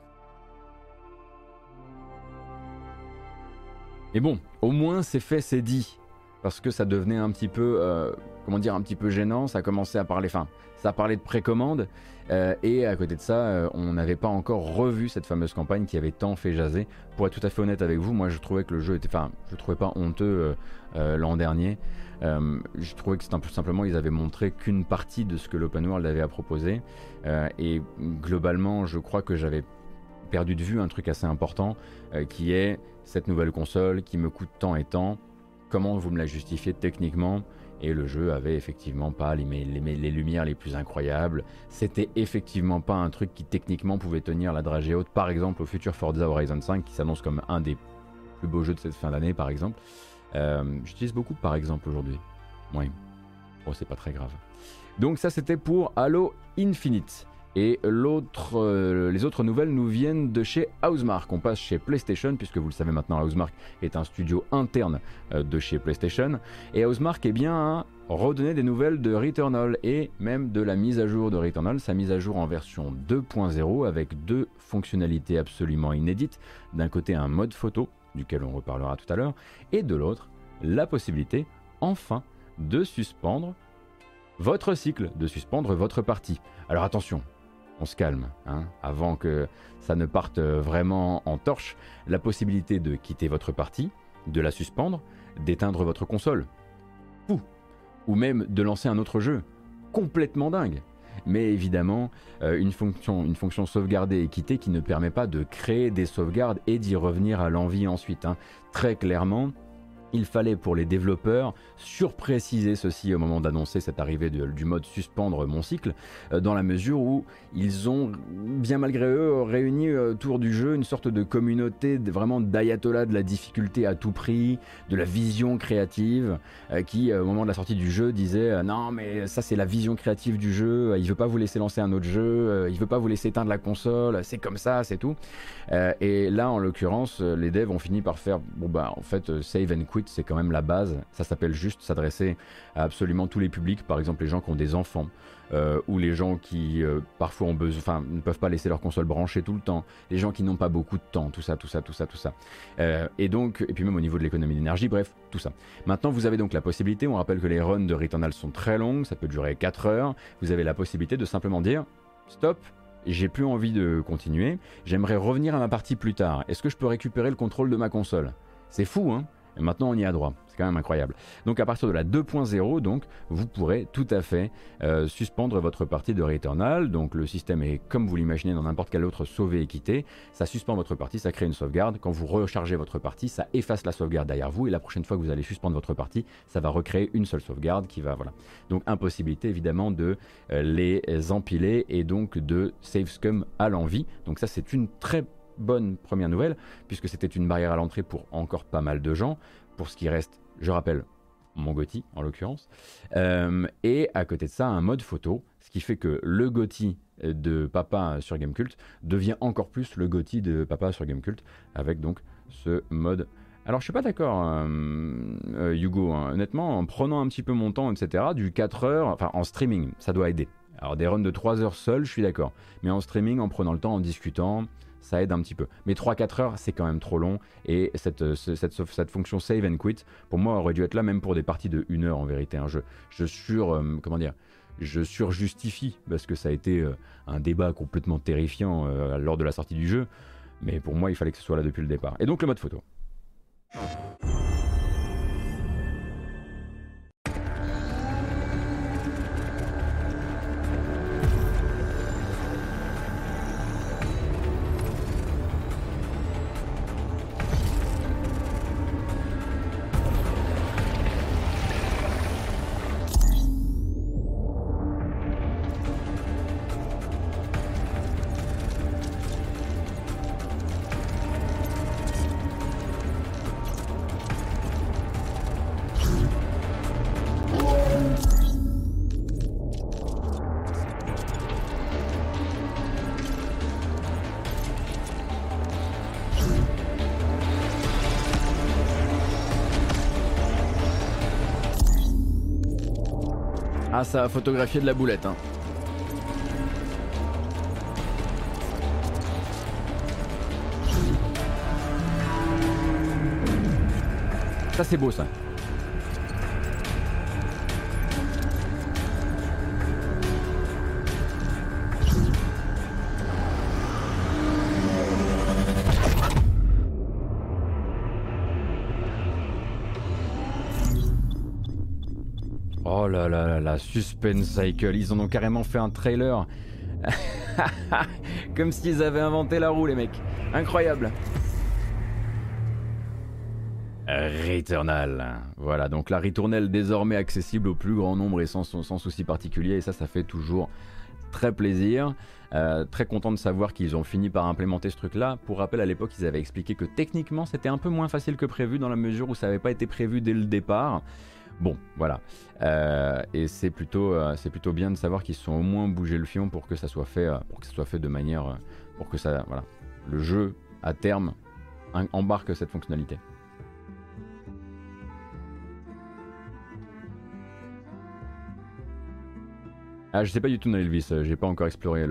Et bon, au moins c'est fait, c'est dit. Parce que ça devenait un petit peu, un petit peu gênant, ça commençait à parler, ça parlait de précommande, et à côté de ça, on n'avait pas encore revu cette fameuse campagne qui avait tant fait jaser. Pour être tout à fait honnête avec vous, moi je trouvais que le jeu était, je trouvais pas honteux l'an dernier. Je trouvais que c'était un peu simplement, ils avaient montré qu'une partie de ce que l'Open World avait à proposer, et globalement, je crois que j'avais perdu de vue un truc assez important, qui est cette nouvelle console qui me coûte tant et tant. Comment vous me la justifiez techniquement et le jeu avait effectivement pas les lumières les plus incroyables. C'était effectivement pas un truc qui techniquement pouvait tenir la dragée haute, par exemple au futur Forza Horizon 5 qui s'annonce comme un des plus beaux jeux de cette fin d'année par exemple. J'utilise beaucoup par exemple aujourd'hui. Oui, bon, c'est pas très grave. Donc ça c'était pour Halo Infinite. Et les autres nouvelles nous viennent de chez Housemarque. On passe chez PlayStation, puisque vous le savez maintenant, Housemarque est un studio interne de chez PlayStation. Et Housemarque a redonné des nouvelles de Returnal et même de la mise à jour de Returnal, sa mise à jour en version 2.0 avec 2 fonctionnalités absolument inédites. D'un côté un mode photo, duquel on reparlera tout à l'heure, et de l'autre la possibilité, enfin, de suspendre votre cycle, de suspendre votre partie. Alors attention, on se calme, hein, avant que ça ne parte vraiment en torche. La possibilité de quitter votre partie, de la suspendre, d'éteindre votre console, ou même de lancer un autre jeu, complètement dingue. Mais évidemment, une fonction sauvegarder et quitter qui ne permet pas de créer des sauvegardes et d'y revenir à l'envie ensuite, hein. Très clairement, il fallait pour les développeurs surpréciser ceci au moment d'annoncer cette arrivée du mode suspendre mon cycle, dans la mesure où ils ont, bien malgré eux, réuni autour du jeu une sorte de communauté vraiment d'ayatollahs de la difficulté à tout prix, de la vision créative, qui au moment de la sortie du jeu disait non mais ça c'est la vision créative du jeu, il veut pas vous laisser lancer un autre jeu, il veut pas vous laisser éteindre la console, c'est comme ça, c'est tout. Et là en l'occurrence les devs ont fini par faire bon bah en fait save and quit c'est quand même la base, ça s'appelle juste s'adresser à absolument tous les publics, par exemple les gens qui ont des enfants, ou les gens qui parfois ont besoin, enfin ne peuvent pas laisser leur console branchée tout le temps, les gens qui n'ont pas beaucoup de temps, tout ça. Et donc, et puis même au niveau de l'économie d'énergie, bref, tout ça. Maintenant vous avez donc la possibilité, on rappelle que les runs de Returnal sont très longues, ça peut durer 4 heures, vous avez la possibilité de simplement dire stop, j'ai plus envie de continuer, j'aimerais revenir à ma partie plus tard, est-ce que je peux récupérer le contrôle de ma console? C'est fou hein. Et maintenant on y a droit, c'est quand même incroyable. Donc à partir de la 2.0, donc, vous pourrez tout à fait suspendre votre partie de Returnal. Donc le système est comme vous l'imaginez dans n'importe quel autre sauver et quitter. Ça suspend votre partie, ça crée une sauvegarde. Quand vous rechargez votre partie, ça efface la sauvegarde derrière vous. Et la prochaine fois que vous allez suspendre votre partie, ça va recréer une seule sauvegarde qui va, voilà. Donc impossibilité évidemment de les empiler et donc de save scum à l'envie. Donc ça c'est une très bonne première nouvelle, puisque c'était une barrière à l'entrée pour encore pas mal de gens, pour ce qui reste, je rappelle, mon GOTY en l'occurrence, et à côté de ça, un mode photo, ce qui fait que le GOTY de Papa sur Gamecult devient encore plus le GOTY de Papa sur Gamecult, avec donc ce mode. Alors je suis pas d'accord, Hugo, hein. Honnêtement, en prenant un petit peu mon temps, etc., du 4 heures, enfin en streaming, ça doit aider. Alors des runs de 3 heures seul, je suis d'accord, mais en streaming, en prenant le temps, en discutant, ça aide un petit peu. Mais 3-4 heures, c'est quand même trop long. Et cette fonction save and quit, pour moi, aurait dû être là même pour des parties de 1 heure en vérité. Hein. Je surjustifie, parce que ça a été un débat complètement terrifiant lors de la sortie du jeu. Mais pour moi, il fallait que ce soit là depuis le départ. Et donc le mode photo. Ah, ça a photographié de la boulette, hein. Ça c'est beau ça. Oh là là là là, Suspense Cycle, ils en ont carrément fait un trailer. Comme s'ils avaient inventé la roue les mecs. Incroyable. Returnal. Voilà, donc la ritournelle désormais accessible au plus grand nombre et sans souci particulier, et ça fait toujours très plaisir. Très content de savoir qu'ils ont fini par implémenter ce truc-là. Pour rappel, à l'époque, ils avaient expliqué que techniquement, c'était un peu moins facile que prévu dans la mesure où ça n'avait pas été prévu dès le départ. Bon, voilà. Et c'est plutôt bien de savoir qu'ils se sont au moins bougé le fion pour que ça soit fait, de manière, pour que ça, voilà, le jeu à terme embarque cette fonctionnalité. Ah, je sais pas du tout, Elvis, j'ai pas encore exploré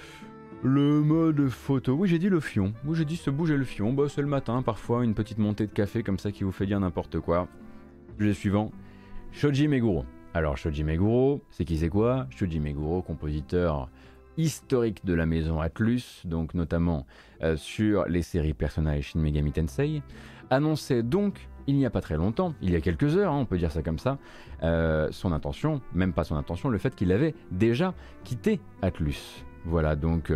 le mode photo. Oui, j'ai dit le fion. Oui, j'ai dit se bouger le fion. Bah, c'est le matin, parfois, une petite montée de café comme ça qui vous fait dire n'importe quoi. Sujet suivant. Shoji Meguro. Alors, Shoji Meguro, c'est qui c'est quoi? Shoji Meguro, compositeur historique de la maison Atlus, donc notamment sur les séries Persona et Shin Megami Tensei, annonçait donc il n'y a pas très longtemps, il y a quelques heures, hein, on peut dire ça comme ça, son intention, même pas son intention, le fait qu'il avait déjà quitté Atlus. Voilà, donc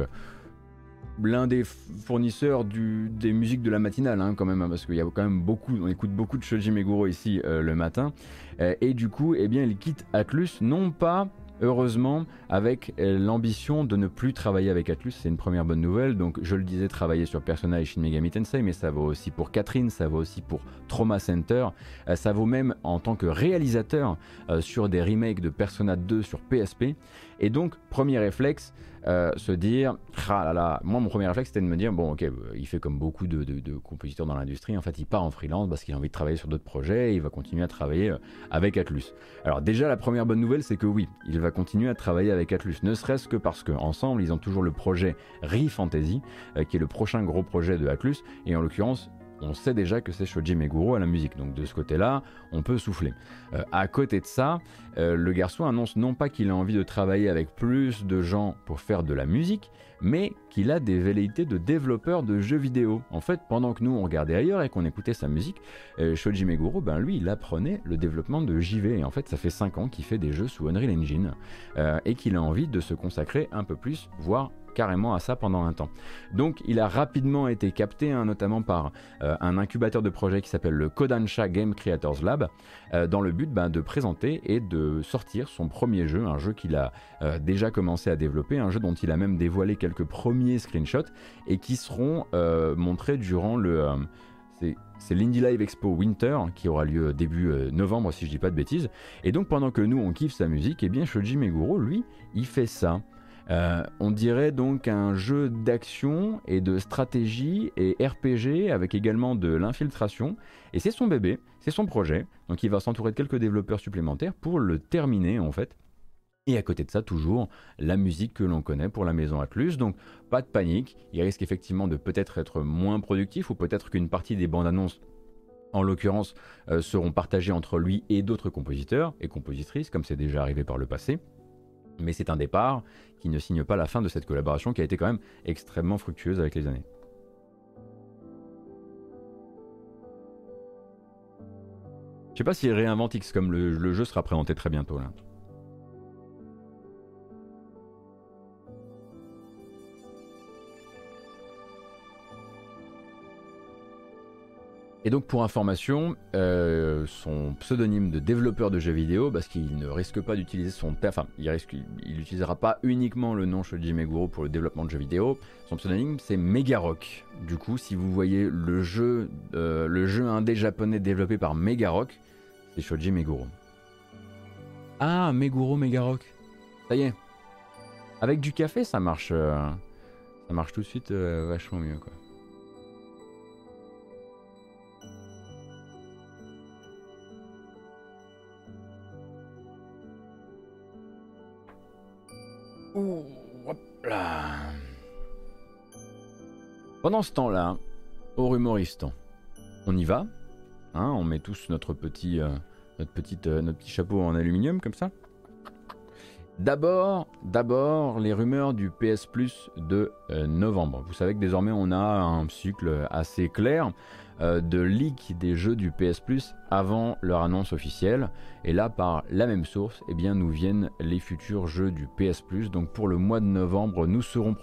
l'un des fournisseurs des musiques de la matinale, hein, quand même, hein, parce qu'il y a quand même beaucoup, on écoute beaucoup de Shoji Meguro ici le matin, et du coup, eh bien, il quitte Atlus, non pas heureusement, avec l'ambition de ne plus travailler avec Atlus, c'est une première bonne nouvelle. Donc, je le disais, travailler sur Persona et Shin Megami Tensei, mais ça vaut aussi pour Catherine, ça vaut aussi pour Trauma Center, ça vaut même en tant que réalisateur sur des remakes de Persona 2 sur PSP. Et donc, premier réflexe, se dire, ah là là, moi mon premier réflexe c'était de me dire, bon ok, il fait comme beaucoup de compositeurs dans l'industrie, en fait il part en freelance parce qu'il a envie de travailler sur d'autres projets et il va continuer à travailler avec Atlus. Alors déjà la première bonne nouvelle c'est que oui, il va continuer à travailler avec Atlus, ne serait-ce que parce qu'ensemble ils ont toujours le projet Re-Fantasy, qui est le prochain gros projet de Atlus, et en l'occurrence on sait déjà que c'est Shoji Meguro à la musique, donc de ce côté-là, on peut souffler. À côté de ça, le garçon annonce non pas qu'il a envie de travailler avec plus de gens pour faire de la musique, mais qu'il a des velléités de développeur de jeux vidéo. En fait, pendant que nous on regardait ailleurs et qu'on écoutait sa musique, Shoji Meguro, ben lui, il apprenait le développement de JV. Et en fait, ça fait 5 ans qu'il fait des jeux sous Unreal Engine et qu'il a envie de se consacrer un peu plus, voire carrément à ça pendant un temps. Donc il a rapidement été capté, hein, notamment par un incubateur de projet qui s'appelle le Kodansha Game Creators Lab, dans le but de présenter et de sortir son premier jeu, un jeu qu'il a déjà commencé à développer, un jeu dont il a même dévoilé quelques premiers screenshots et qui seront montrés durant c'est l'Indie Live Expo Winter qui aura lieu début novembre si je dis pas de bêtises. Et donc pendant que nous on kiffe sa musique, et bien Shoji Meguro lui il fait ça. On dirait donc un jeu d'action et de stratégie et RPG avec également de l'infiltration, et c'est son bébé, c'est son projet, donc il va s'entourer de quelques développeurs supplémentaires pour le terminer en fait. Et à côté de ça, toujours la musique que l'on connaît pour la maison Atlus, donc pas de panique, il risque effectivement de peut-être être moins productif, ou peut-être qu'une partie des bandes annonces en l'occurrence seront partagées entre lui et d'autres compositeurs et compositrices, comme c'est déjà arrivé par le passé. Mais c'est un départ qui ne signe pas la fin de cette collaboration qui a été quand même extrêmement fructueuse avec les années. Je sais pas s'il réinvente XCOM, le jeu sera présenté très bientôt là. Et donc pour information, son pseudonyme de développeur de jeux vidéo, parce qu'il ne risque pas d'utiliser son père, enfin il n'utilisera pas uniquement le nom Shoji Meguro pour le développement de jeux vidéo, son pseudonyme c'est Megarock. Du coup si vous voyez le jeu indé japonais développé par Megarock, c'est Shoji Meguro. Ah, Meguro Megarock, ça y est. Avec du café ça marche tout de suite vachement mieux quoi. Ouh, hop là. Pendant ce temps-là, au Rumoristan, on y va, hein, on met tous notre petit chapeau en aluminium comme ça. D'abord, les rumeurs du PS Plus de novembre. Vous savez que désormais on a un cycle assez clair de leak des jeux du PS Plus avant leur annonce officielle. Et là, par la même source, eh bien, nous viennent les futurs jeux du PS Plus. Donc pour le mois de novembre, vous serons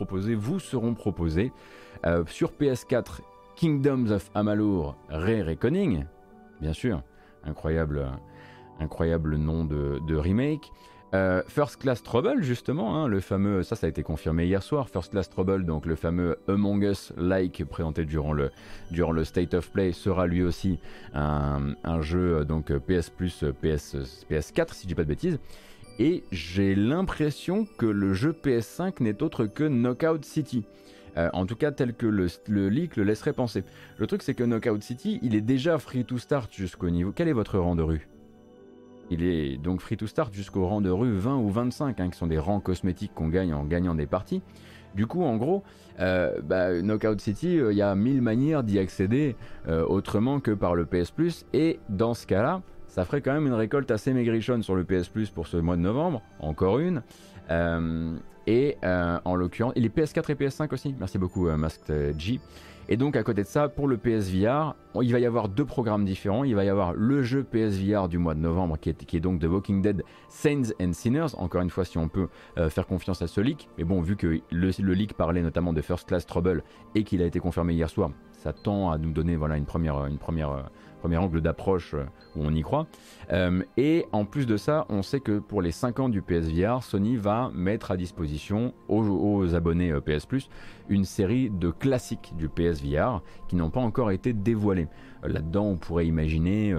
proposés sur PS4 Kingdoms of Amalur Re-Reckoning. bien sûr, incroyable nom de remake. First Class Trouble, justement, hein, le fameux, ça a été confirmé hier soir, First Class Trouble, donc le fameux Among Us-like présenté durant le State of Play, sera lui aussi un jeu donc PS Plus, PS4, si je dis pas de bêtises. Et j'ai l'impression que le jeu PS5 n'est autre que Knockout City. En tout cas, tel que le leak le laisserait penser. Le truc, c'est que Knockout City, il est déjà free to start jusqu'au niveau... Quel est votre rang de rue ? Il est donc free to start jusqu'au rang de rue 20 ou 25, hein, qui sont des rangs cosmétiques qu'on gagne en gagnant des parties. Du coup, en gros, Knockout City, il y a 1000 manières d'y accéder autrement que par le PS Plus. Et dans ce cas-là, ça ferait quand même une récolte assez maigrichonne sur le PS Plus pour ce mois de novembre. Encore une. En l'occurrence, il est PS4 et PS5 aussi. Merci beaucoup, Masked G. Et donc à côté de ça, pour le PSVR, il va y avoir 2 programmes différents. Il va y avoir le jeu PSVR du mois de novembre qui est donc The Walking Dead Saints and Sinners. Encore une fois, si on peut faire confiance à ce leak. Mais bon, vu que le leak parlait notamment de First Class Trouble et qu'il a été confirmé hier soir, ça tend à nous donner voilà, une première angle d'approche où on y croit. Et en plus de ça, on sait que pour les 5 ans du PSVR, Sony va mettre à disposition aux abonnés PS Plus une série de classiques du PSVR qui n'ont pas encore été dévoilés. Là-dedans, on pourrait imaginer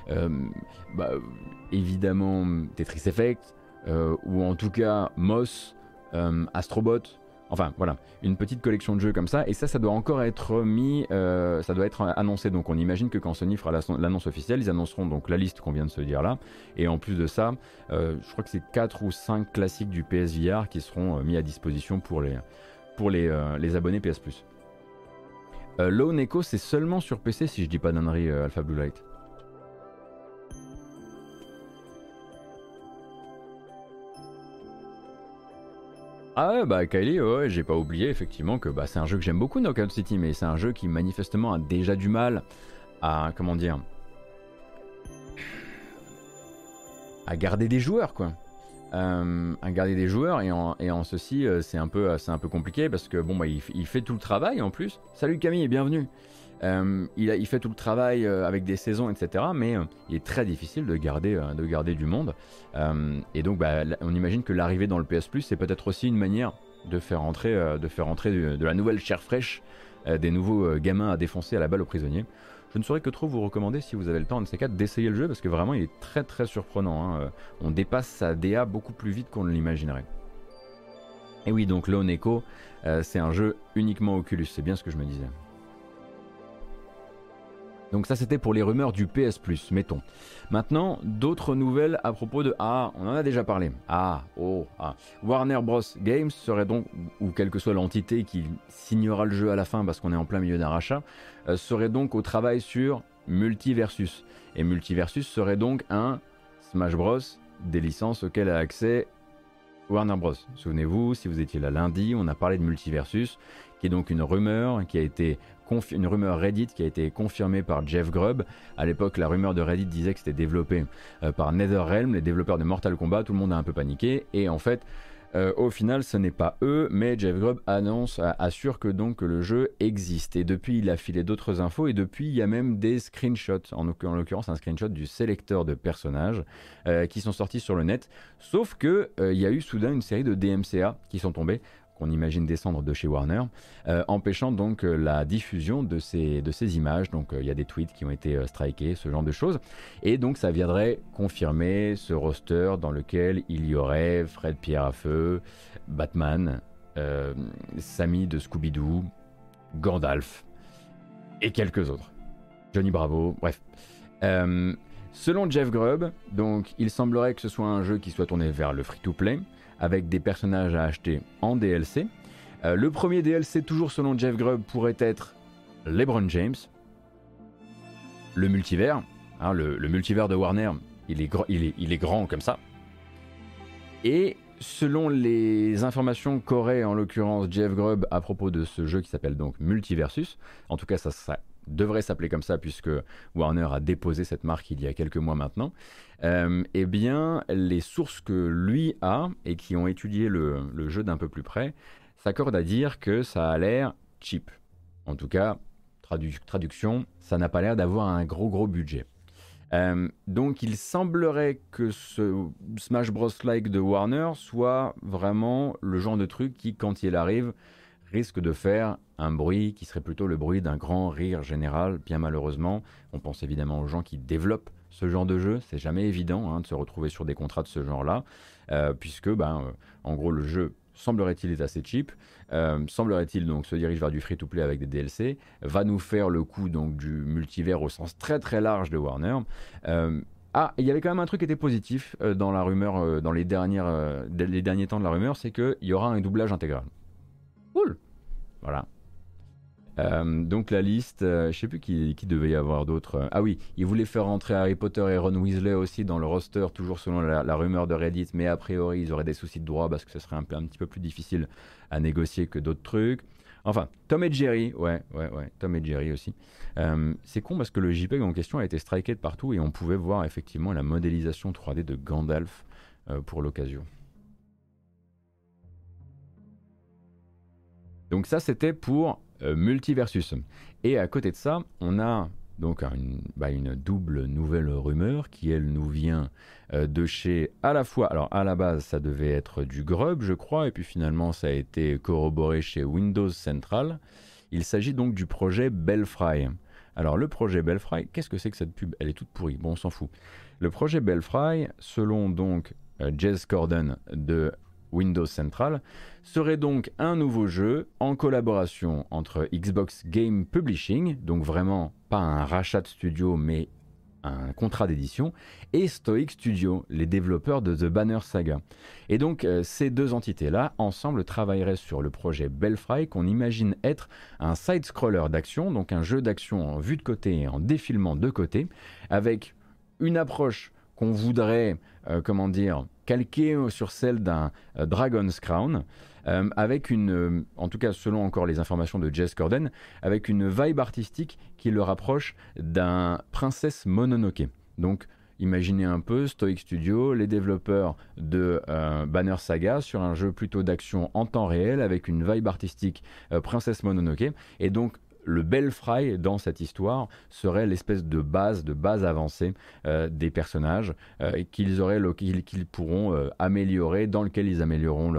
évidemment Tetris Effect, ou en tout cas Moss, Astrobot. Enfin voilà, une petite collection de jeux comme ça, et ça doit encore être mis, ça doit être annoncé, donc on imagine que quand Sony fera l'annonce officielle, ils annonceront donc la liste qu'on vient de se dire là, et en plus de ça, je crois que c'est 4 ou 5 classiques du PSVR qui seront mis à disposition pour les abonnés PS Plus. Lone Echo, c'est seulement sur PC si je dis pas d'annerie, Alpha Blue Light. Ah ouais, bah Kylie, ouais, j'ai pas oublié effectivement que c'est un jeu que j'aime beaucoup, Knockout City, mais c'est un jeu qui manifestement a déjà du mal à, comment dire, à garder des joueurs, quoi. À garder des joueurs, et en ceci, c'est un peu compliqué parce que bon, il fait tout le travail en plus. Salut Camille et bienvenue. Il fait tout le travail avec des saisons, etc. Mais il est très difficile de garder du monde. Et donc, on imagine que l'arrivée dans le PS Plus, c'est peut-être aussi une manière de faire entrer de la nouvelle chair fraîche, des nouveaux gamins à défoncer à la balle aux prisonniers. Je ne saurais que trop vous recommander, si vous avez le temps, un de ces 4, d'essayer le jeu parce que vraiment, il est très très surprenant. Hein. On dépasse sa DA beaucoup plus vite qu'on ne l'imaginerait. Et oui, donc Lone Echo, c'est un jeu uniquement Oculus, c'est bien ce que je me disais. Donc ça c'était pour les rumeurs du PS Plus, mettons. Maintenant, d'autres nouvelles à propos de... Ah, on en a déjà parlé. Warner Bros. Games serait donc, ou quelle que soit l'entité qui signera le jeu à la fin parce qu'on est en plein milieu d'un rachat, serait donc au travail sur Multiversus. Et Multiversus serait donc un Smash Bros. Des licences auxquelles a accès Warner Bros. Souvenez-vous, si vous étiez là lundi, on a parlé de Multiversus, qui est donc une rumeur qui a été une rumeur Reddit qui a été confirmée par Jeff Grubb. À l'époque, la rumeur de Reddit disait que c'était développé par NetherRealm, les développeurs de Mortal Kombat. Tout le monde a un peu paniqué, et en fait, au final, ce n'est pas eux, mais Jeff Grubb assure que donc le jeu existe. Et depuis, il a filé d'autres infos, et depuis, il y a même des screenshots, en l'occurrence un screenshot du sélecteur de personnages qui sont sortis sur le net. Sauf que il y a eu soudain une série de DMCA qui sont tombés, qu'on imagine descendre de chez Warner, empêchant donc la diffusion de ces images. Donc il y a des tweets qui ont été strikés, ce genre de choses, et donc ça viendrait confirmer ce roster dans lequel il y aurait Fred Pierre à Feu, Batman, Sammy de Scooby-Doo, Gandalf et quelques autres, Johnny Bravo, bref. Selon Jeff Grubb, donc il semblerait que ce soit un jeu qui soit tourné vers le free-to-play, avec des personnages à acheter en DLC. Le premier DLC, toujours selon Jeff Grubb, pourrait être LeBron James. Le multivers, hein, le multivers de Warner, il est grand comme ça. Et selon les informations qu'aurait en l'occurrence Jeff Grubb à propos de ce jeu qui s'appelle donc Multiversus, en tout cas ça devrait s'appeler comme ça puisque Warner a déposé cette marque il y a quelques mois maintenant, eh bien les sources que lui a et qui ont étudié le jeu d'un peu plus près s'accordent à dire que ça a l'air cheap. En tout cas, traduction, ça n'a pas l'air d'avoir un gros budget. Donc il semblerait que ce Smash Bros-like de Warner soit vraiment le genre de truc qui, quand il arrive, risque de faire un bruit qui serait plutôt le bruit d'un grand rire général, bien malheureusement. On pense évidemment aux gens qui développent ce genre de jeu, c'est jamais évident de se retrouver sur des contrats de ce genre-là, puisque en gros le jeu semblerait-il est assez cheap, semblerait-il donc se dirige vers du free-to-play avec des DLC, va nous faire le coup donc du multivers au sens très très large de Warner. Il y avait quand même un truc qui était positif dans la rumeur, dans les derniers temps de la rumeur, c'est qu'il y aura un doublage intégral. Cool. Voilà. Donc la liste, je sais plus qui devait y avoir d'autres. Ah oui, ils voulaient faire rentrer Harry Potter et Ron Weasley aussi dans le roster, toujours selon la rumeur de Reddit, mais a priori ils auraient des soucis de droit parce que ce serait un petit peu plus difficile à négocier que d'autres trucs. Enfin, Tom et Jerry, ouais, Tom et Jerry aussi. C'est con parce que le JPEG en question a été striké de partout et on pouvait voir effectivement la modélisation 3D de Gandalf pour l'occasion. Donc ça c'était pour Multiversus. Et à côté de ça, on a donc une double nouvelle rumeur qui elle nous vient de chez à la fois, alors à la base ça devait être du Grub je crois, et puis finalement ça a été corroboré chez Windows Central. Il s'agit donc du projet Belfry. Alors le projet Belfry, qu'est-ce que c'est que cette pub? Elle est toute pourrie, bon on s'en fout. Le projet Belfry, selon donc Jez Corden de Windows Central, serait donc un nouveau jeu en collaboration entre Xbox Game Publishing, donc vraiment pas un rachat de studio mais un contrat d'édition, et Stoic Studio, les développeurs de The Banner Saga. Et donc ces deux entités-là, ensemble, travailleraient sur le projet Belfry, qu'on imagine être un side-scroller d'action, donc un jeu d'action en vue de côté et en défilement de côté, avec une approche qu'on voudrait, calquer sur celle d'un Dragon's Crown, avec en tout cas selon encore les informations de Jez Corden, avec une vibe artistique qui le rapproche d'un Princess Mononoke. Donc imaginez un peu Stoic Studio, les développeurs de Banner Saga sur un jeu plutôt d'action en temps réel avec une vibe artistique Princess Mononoke, et donc le Belfry dans cette histoire serait l'espèce de base avancée des personnages qu'ils pourront améliorer, dans lequel ils amélioreront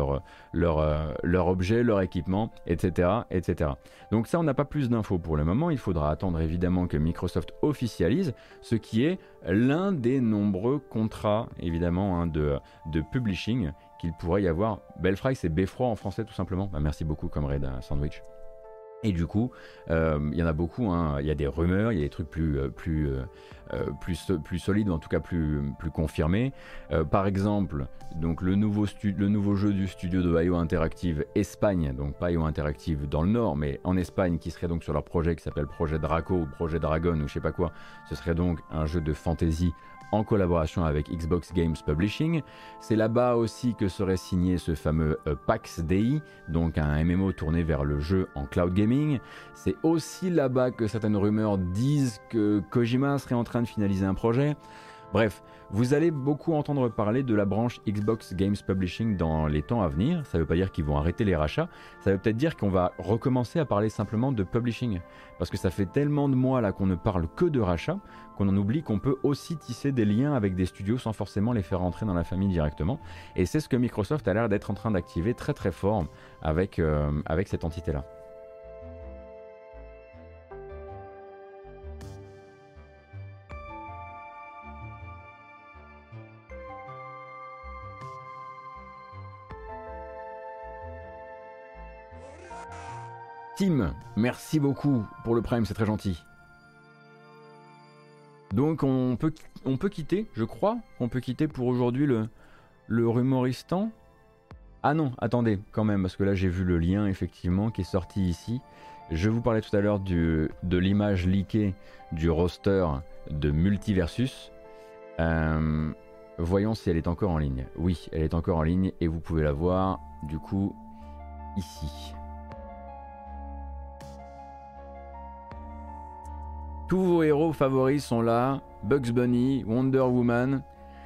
leur objet, leur équipement, etc., etc. Donc ça, on n'a pas plus d'infos pour le moment. Il faudra attendre évidemment que Microsoft officialise, ce qui est l'un des nombreux contrats évidemment de publishing qu'il pourrait y avoir. Belfry, c'est Beffroi en français tout simplement. Merci beaucoup Comrade Sandwich. Et du coup, il y en a beaucoup, il y a des rumeurs, il y a des trucs plus solides, ou en tout cas plus confirmés. Par exemple, donc le nouveau jeu du studio de IO Interactive Espagne, donc pas IO Interactive dans le Nord, mais en Espagne, qui serait donc sur leur projet qui s'appelle Projet Draco ou Projet Dragon ou je sais pas quoi. Ce serait donc un jeu de fantasy en collaboration avec Xbox Games Publishing. C'est là-bas aussi que serait signé ce fameux PAX Dei, donc un MMO tourné vers le jeu en cloud gaming. C'est aussi là-bas que certaines rumeurs disent que Kojima serait en train de finaliser un projet. Bref, vous allez beaucoup entendre parler de la branche Xbox Games Publishing dans les temps à venir. Ça ne veut pas dire qu'ils vont arrêter les rachats, ça veut peut-être dire qu'on va recommencer à parler simplement de publishing. Parce que ça fait tellement de mois là qu'on ne parle que de rachats, qu'on en oublie qu'on peut aussi tisser des liens avec des studios sans forcément les faire rentrer dans la famille directement. Et c'est ce que Microsoft a l'air d'être en train d'activer très très fort avec cette entité-là. Tim, merci beaucoup pour le Prime, c'est très gentil. Donc on peut quitter, je crois, on peut quitter pour aujourd'hui le Rumoristan. Ah non, attendez, quand même, parce que là j'ai vu le lien effectivement qui est sorti ici. Je vous parlais tout à l'heure de l'image leakée du roster de Multiversus. Voyons si elle est encore en ligne. Oui, elle est encore en ligne et vous pouvez la voir du coup ici. Tous vos héros favoris sont là, Bugs Bunny, Wonder Woman,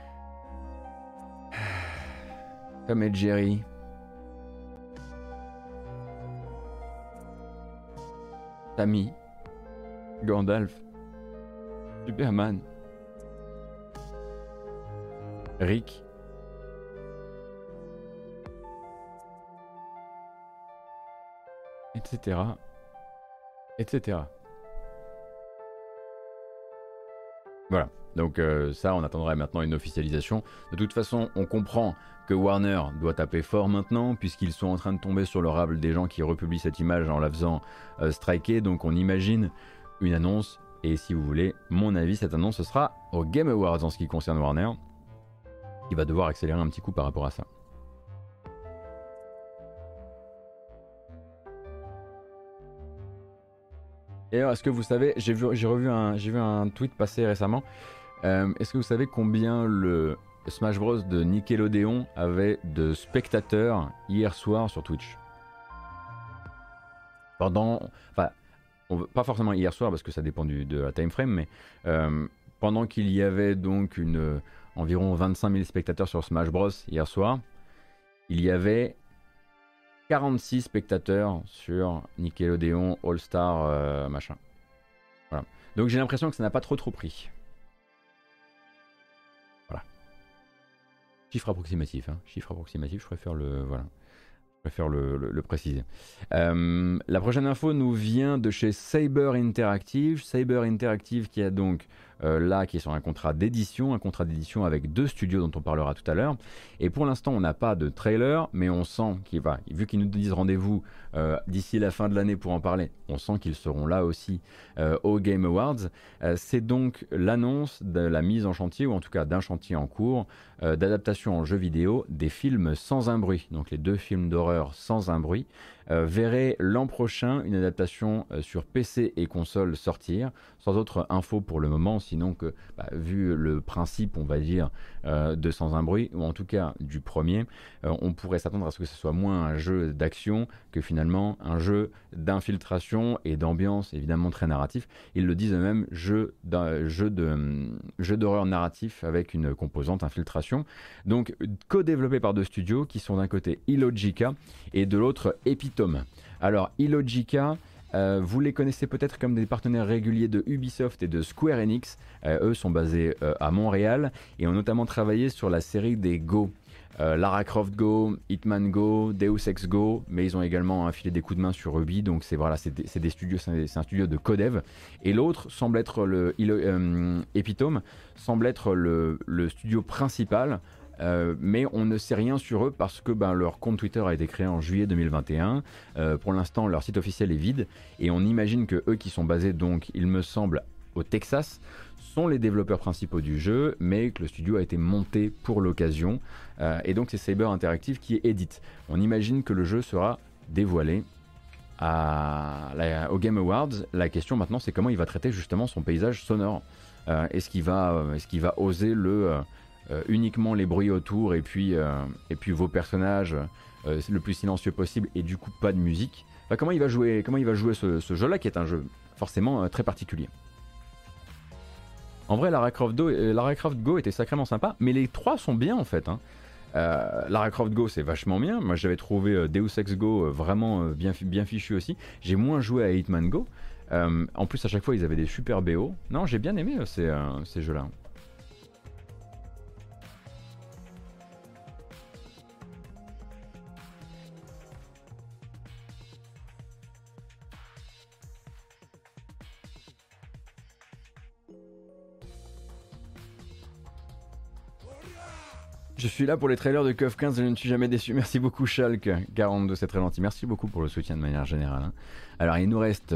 Tom et Jerry, Tammy, Gandalf, Superman, Rick. Etc. Etc. Voilà, donc ça on attendrait maintenant une officialisation. De toute façon on comprend que Warner doit taper fort maintenant puisqu'ils sont en train de tomber sur le rable des gens qui republient cette image en la faisant striker, donc on imagine une annonce et si vous voulez mon avis cette annonce ce sera au Game Awards en ce qui concerne Warner qui va devoir accélérer un petit coup par rapport à ça. Et alors, est-ce que vous savez, j'ai vu un tweet passer récemment. Est-ce que vous savez combien le Smash Bros de Nickelodeon avait de spectateurs hier soir sur Twitch? Pas forcément hier soir parce que ça dépend de la time frame, mais pendant qu'il y avait donc environ 25 000 spectateurs sur Smash Bros hier soir, il y avait 46 spectateurs sur Nickelodeon All Star machin. Voilà. Donc j'ai l'impression que ça n'a pas trop pris. Voilà. Chiffre approximatif, hein. Chiffre approximatif, je préfère le préciser. La prochaine info nous vient de chez Saber Interactive. Saber Interactive qui a donc qui est sur un contrat d'édition avec 2 studios dont on parlera tout à l'heure. Et pour l'instant, on n'a pas de trailer, mais on sent vu qu'ils nous disent rendez-vous d'ici la fin de l'année pour en parler, on sent qu'ils seront là aussi au Game Awards. C'est donc l'annonce de la mise en chantier, ou en tout cas d'un chantier en cours, d'adaptation en jeu vidéo des films sans un bruit. Donc les 2 films d'horreur sans un bruit verraient l'an prochain une adaptation sur PC et console sortir, sans autre info pour le moment, sinon que vu le principe on va dire de Sans un bruit, ou en tout cas du premier, on pourrait s'attendre à ce que ce soit moins un jeu d'action que finalement un jeu d'infiltration et d'ambiance évidemment très narratif. Ils le disent eux-mêmes, jeu d'horreur narratif avec une composante infiltration. Donc co-développé par 2 studios qui sont d'un côté Illogica et de l'autre Epitome. Alors Illogica, vous les connaissez peut-être comme des partenaires réguliers de Ubisoft et de Square Enix. Eux sont basés à Montréal et ont notamment travaillé sur la série des Go. Lara Croft Go, Hitman Go, Deus Ex Go, mais ils ont également filé des coups de main sur Ubi, donc c'est des studios, c'est un studio de codev. Et l'autre semble être Epitome semble être le studio principal. Mais on ne sait rien sur eux parce que leur compte Twitter a été créé en juillet 2021. Pour l'instant, leur site officiel est vide et on imagine que eux qui sont basés donc, il me semble, au Texas, sont les développeurs principaux du jeu, mais que le studio a été monté pour l'occasion. Et donc c'est Saber Interactive qui édite. On imagine que le jeu sera dévoilé au Game Awards. La question maintenant, c'est comment il va traiter justement son paysage sonore. Est-ce qu'il va oser uniquement les bruits autour et puis vos personnages le plus silencieux possible et du coup pas de musique. Comment il va jouer ce jeu-là qui est un jeu forcément très particulier. En vrai, Lara Croft Go était sacrément sympa, mais les 3 sont bien en fait. Hein. Lara Croft Go c'est vachement bien. Moi j'avais trouvé Deus Ex Go vraiment bien fichu aussi. J'ai moins joué à Hitman Go. En plus à chaque fois ils avaient des super BO. Non, j'ai bien aimé ces jeux-là. Je suis là pour les trailers de KOF 15 et je ne suis jamais déçu. Merci beaucoup Schalke 42, c'est très gentil. Merci beaucoup pour le soutien de manière générale. Hein. Alors il nous reste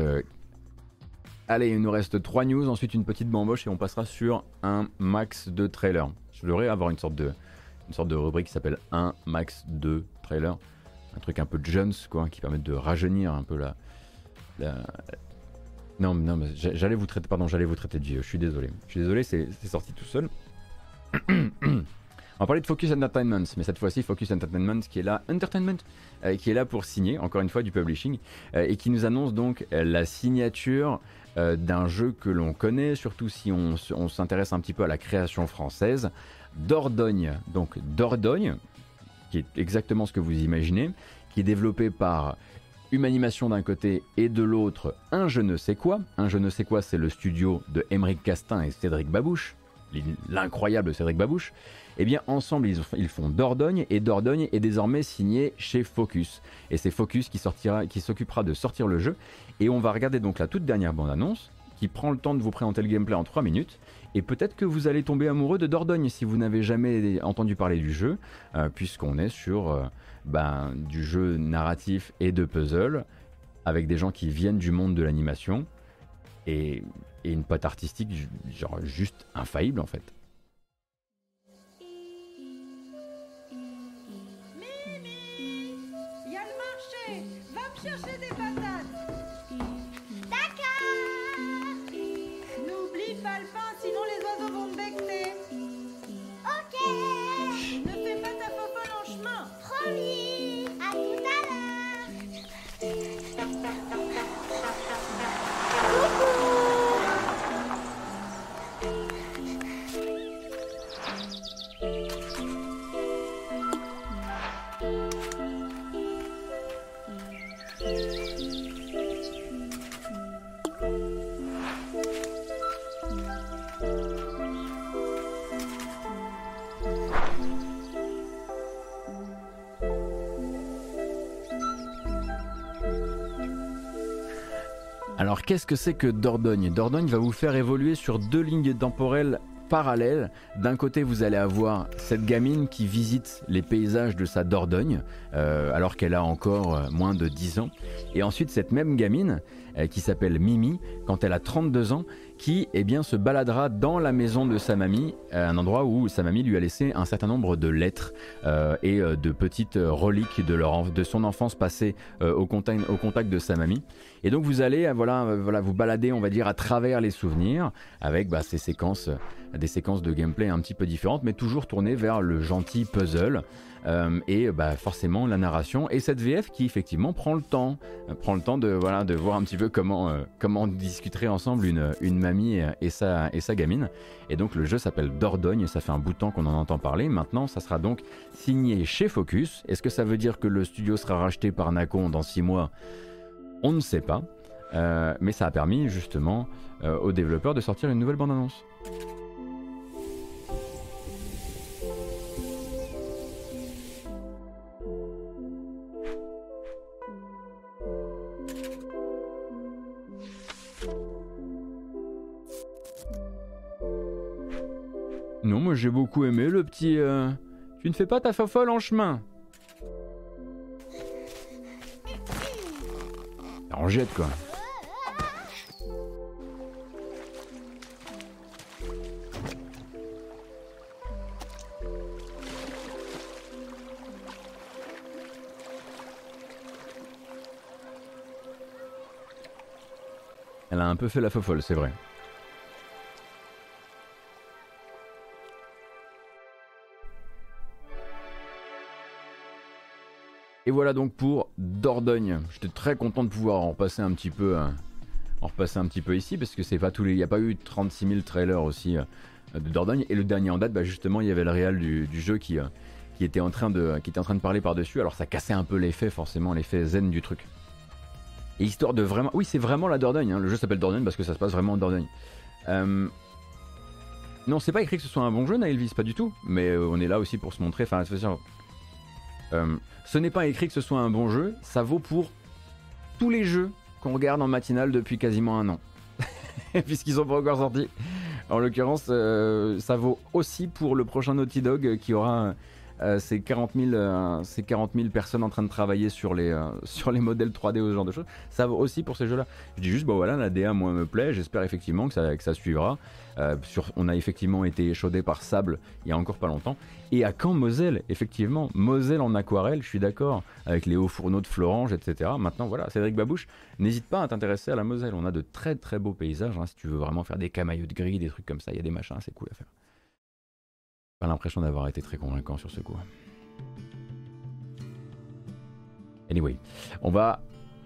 3 news, ensuite une petite bamboche et on passera sur un max de trailers. Je devrais avoir une sorte de rubrique qui s'appelle un max de trailers. Un truc un peu Jones quoi, qui permet de rajeunir un peu Non, mais j'allais vous traiter de vieux, je suis désolé, c'est sorti tout seul. On va parler de Focus Entertainment, mais cette fois-ci Focus Entertainment qui est là pour signer, encore une fois, du publishing, et qui nous annonce donc la signature d'un jeu que l'on connaît, surtout si on s'intéresse un petit peu à la création française, Dordogne. Donc Dordogne, qui est exactement ce que vous imaginez, qui est développé par Humanimation d'un côté et de l'autre un je ne sais quoi. Un je ne sais quoi, c'est le studio de Émeric Castin et Cédric Babouche. l'incroyable Cédric Babouche, eh bien ensemble ils font Dordogne, et Dordogne est désormais signé chez Focus. Et c'est Focus qui s'occupera de sortir le jeu, et on va regarder donc la toute dernière bande-annonce, qui prend le temps de vous présenter le gameplay en 3 minutes, et peut-être que vous allez tomber amoureux de Dordogne si vous n'avez jamais entendu parler du jeu, puisqu'on est sur du jeu narratif et de puzzle, avec des gens qui viennent du monde de l'animation, et une patte artistique genre juste infaillible en fait. Mimi, y a le marché, va me chercher des patates. D'accord. N'oublie pas le pain, sinon les oiseaux vont me becter. Ok. Ne fais pas ta fofolle en chemin. Promis. À tout à l'heure. Coucou. Alors qu'est-ce que c'est que Dordogne ? Dordogne va vous faire évoluer sur 2 lignes temporelles parallèles. D'un côté, vous allez avoir cette gamine qui visite les paysages de sa Dordogne, alors qu'elle a encore moins de 10 ans. Et ensuite, cette même gamine, qui s'appelle Mimi, quand elle a 32 ans, qui se baladera dans la maison de sa mamie, un endroit où sa mamie lui a laissé un certain nombre de lettres et de petites reliques de son enfance passée au contact de sa mamie. Et donc vous allez vous balader, on va dire, à travers les souvenirs, avec des séquences de gameplay un petit peu différentes, mais toujours tournées vers le gentil puzzle. Et forcément la narration et cette VF qui effectivement prend le temps de voir un petit peu comment on discuterait ensemble une mamie et sa gamine. Et donc le jeu s'appelle Dordogne, et ça fait un bout de temps qu'on en entend parler. Maintenant ça sera donc signé chez Focus. Est-ce que ça veut dire que le studio sera racheté par Nacon dans 6 mois ? On ne sait pas, mais ça a permis justement aux développeurs de sortir une nouvelle bande-annonce. Non, moi j'ai beaucoup aimé le petit... Tu ne fais pas ta fofolle en chemin. On jette quoi. Elle a un peu fait la fofolle, c'est vrai. Et voilà donc pour Dordogne. J'étais très content de pouvoir en repasser un petit peu ici, parce que c'est pas tous les, il n'y a pas eu 36 000 trailers aussi de Dordogne. Et le dernier en date, justement, il y avait le réal du jeu qui était en train de parler par-dessus. Alors ça cassait un peu l'effet, forcément, l'effet zen du truc. Et histoire de vraiment... Oui, c'est vraiment la Dordogne, hein. Le jeu s'appelle Dordogne parce que ça se passe vraiment en Dordogne. Non, c'est pas écrit que ce soit un bon jeu, Nailvis, pas du tout. Mais on est là aussi pour se montrer... Enfin, ce n'est pas écrit que ce soit un bon jeu, ça vaut pour tous les jeux qu'on regarde en matinale depuis quasiment un an. Puisqu'ils sont pas encore sortis. En l'occurrence, ça vaut aussi pour le prochain Naughty Dog qui aura ces 40 000 personnes en train de travailler sur les modèles 3D ou ce genre de choses. Ça vaut aussi pour ces jeux-là. Je dis juste, voilà, la DA moi me plaît, j'espère effectivement que ça suivra. On a effectivement été échaudé par Sable il y a encore pas longtemps. Et à Caen Moselle, effectivement, Moselle en aquarelle, je suis d'accord, avec les hauts fourneaux de Florange, etc. Maintenant, voilà, Cédric Babouche, n'hésite pas à t'intéresser à la Moselle. On a de très très beaux paysages, hein, si tu veux vraiment faire des camailleux de gris, des trucs comme ça, il y a des machins, c'est cool à faire. J'ai l'impression d'avoir été très convaincant sur ce coup. Anyway, on va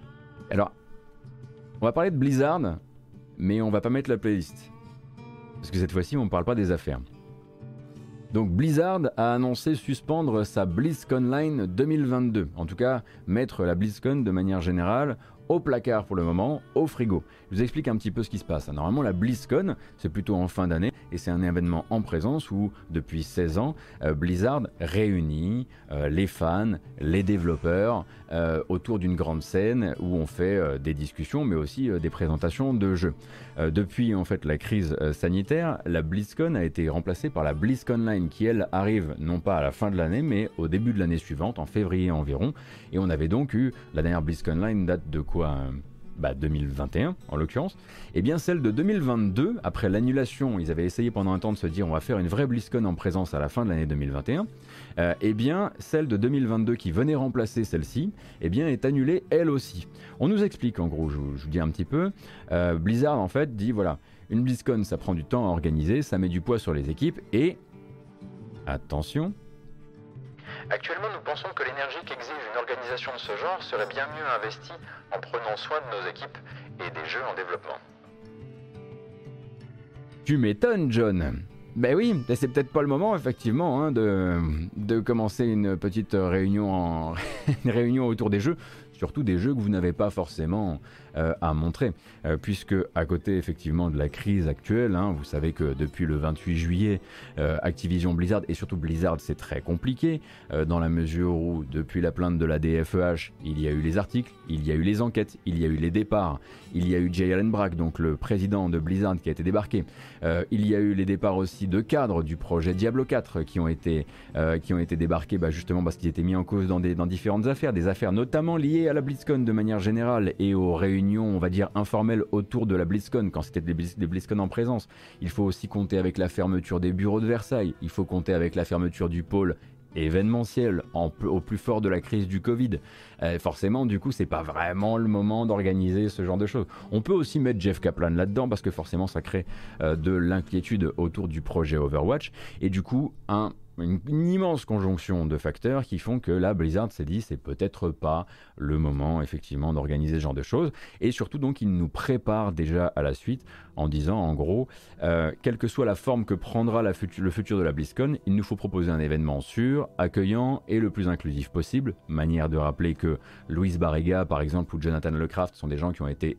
parler de Blizzard, mais on va pas mettre la playlist. Parce que cette fois-ci, on ne parle pas des affaires. Donc Blizzard a annoncé suspendre sa BlizzConline 2022. En tout cas, mettre la BlizzCon de manière générale au placard pour le moment, au frigo. Je vous explique un petit peu ce qui se passe. Normalement, la BlizzCon, c'est plutôt en fin d'année, et c'est un événement en présence où, depuis 16 ans, Blizzard réunit les fans, les développeurs, autour d'une grande scène où on fait des discussions, mais aussi des présentations de jeux. Depuis en fait la crise sanitaire, la BlizzCon a été remplacée par la BlizzConline, qui elle arrive non pas à la fin de l'année, mais au début de l'année suivante, en février environ. Et on avait donc eu, la dernière BlizzConline date de quoi 2021 en l'occurrence, et bien celle de 2022, après l'annulation, ils avaient essayé pendant un temps de se dire on va faire une vraie BlizzCon en présence à la fin de l'année 2021, et bien celle de 2022 qui venait remplacer celle-ci, et bien est annulée elle aussi. On nous explique en gros, je vous dis un petit peu, Blizzard en fait dit voilà, une BlizzCon ça prend du temps à organiser, ça met du poids sur les équipes, et attention, actuellement, nous pensons que l'énergie qu'exige une organisation de ce genre serait bien mieux investie en prenant soin de nos équipes et des jeux en développement. Tu m'étonnes, John. Ben oui, c'est peut-être pas le moment, effectivement, hein, de commencer une petite réunion, une réunion autour des jeux. Surtout des jeux que vous n'avez pas forcément à montrer, puisque à côté effectivement de la crise actuelle, hein, vous savez que depuis le 28 juillet, Activision Blizzard, et surtout Blizzard, c'est très compliqué, dans la mesure où depuis la plainte de la DFEH, il y a eu les articles, il y a eu les enquêtes, il y a eu les départs, il y a eu Jay Allen Brack, donc le président de Blizzard qui a été débarqué, il y a eu les départs aussi de cadres du projet Diablo 4 qui ont été débarqués justement parce qu'ils étaient mis en cause dans différentes affaires, des affaires notamment liées à la BlizzCon de manière générale et aux réunions, on va dire, informelles autour de la BlizzCon, quand c'était des BlizzCon en présence. Il faut aussi compter avec la fermeture des bureaux de Versailles, il faut compter avec la fermeture du pôle événementiel au plus fort de la crise du Covid. Forcément, du coup, c'est pas vraiment le moment d'organiser ce genre de choses. On peut aussi mettre Jeff Kaplan là-dedans parce que forcément, ça crée de l'inquiétude autour du projet Overwatch et du coup, une immense conjonction de facteurs qui font que là, Blizzard s'est dit c'est peut-être pas le moment effectivement d'organiser ce genre de choses, et surtout donc il nous prépare déjà à la suite en disant en gros quelle que soit la forme que prendra le futur de la BlizzCon, il nous faut proposer un événement sûr, accueillant et le plus inclusif possible, manière de rappeler que Luis Barriga par exemple ou Jonathan Lecraft sont des gens qui ont été,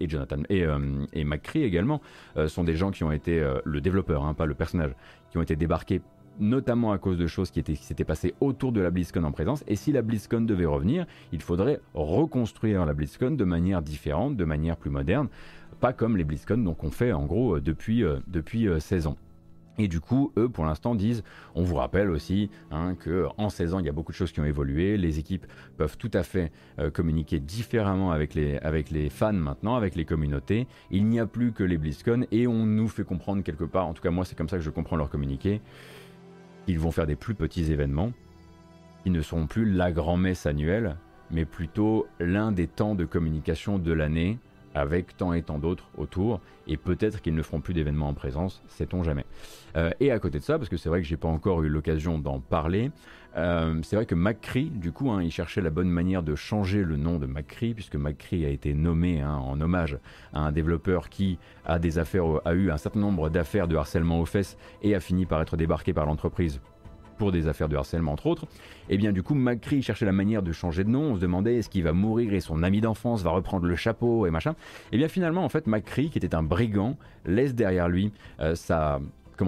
et McCree également, sont des gens qui ont été, le développeur, hein, pas le personnage, qui ont été débarqués notamment à cause de choses qui s'étaient passées autour de la BlizzCon en présence, et si la BlizzCon devait revenir, il faudrait reconstruire la BlizzCon de manière différente, de manière plus moderne, pas comme les BlizzCon donc on fait en gros depuis 16 ans. Et du coup, eux, pour l'instant, disent, on vous rappelle aussi qu'en 16 ans, il y a beaucoup de choses qui ont évolué, les équipes peuvent tout à fait communiquer différemment avec les fans maintenant, avec les communautés, il n'y a plus que les BlizzCon, et on nous fait comprendre quelque part, en tout cas moi c'est comme ça que je comprends leur communiqué, ils vont faire des plus petits événements, qui ne seront plus la grand-messe annuelle, mais plutôt l'un des temps de communication de l'année, avec tant et tant d'autres autour, et peut-être qu'ils ne feront plus d'événements en présence, sait-on jamais. Et à côté de ça, parce que c'est vrai que j'ai pas encore eu l'occasion d'en parler, c'est vrai que McCree, du coup, il cherchait la bonne manière de changer le nom de McCree, puisque McCree a été nommé en hommage à un développeur qui a eu un certain nombre d'affaires de harcèlement aux fesses et a fini par être débarqué par l'entreprise pour des affaires de harcèlement entre autres. Et bien du coup McCree cherchait la manière de changer de nom, on se demandait est-ce qu'il va mourir et son ami d'enfance va reprendre le chapeau et machin. Et bien finalement en fait McCree, qui était un brigand, laisse derrière lui sa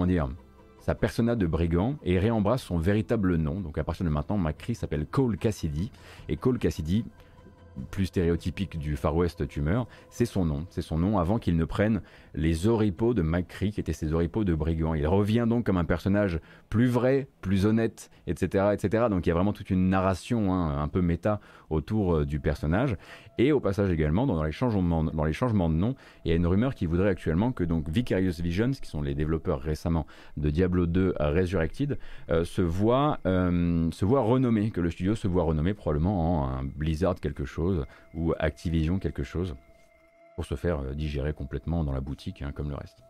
persona de brigand et réembrasse son véritable nom. Donc à partir de maintenant McCree s'appelle Cole Cassidy, et Cole Cassidy, plus stéréotypique du Far West tumeur, c'est son nom avant qu'il ne prenne les oripeaux de McCree, qui étaient ses oripeaux de brigand. Il revient donc comme un personnage plus vrai, plus honnête, etc. etc. Donc il y a vraiment toute une narration un peu méta autour du personnage. Et au passage également, dans les changements de nom, il y a une rumeur qui voudrait actuellement que donc Vicarious Visions, qui sont les développeurs récemment de Diablo 2 Resurrected, se voient renommés, que le studio se voit renommé probablement en un Blizzard quelque chose, ou Activision quelque chose, pour se faire digérer complètement dans la boutique, comme le reste.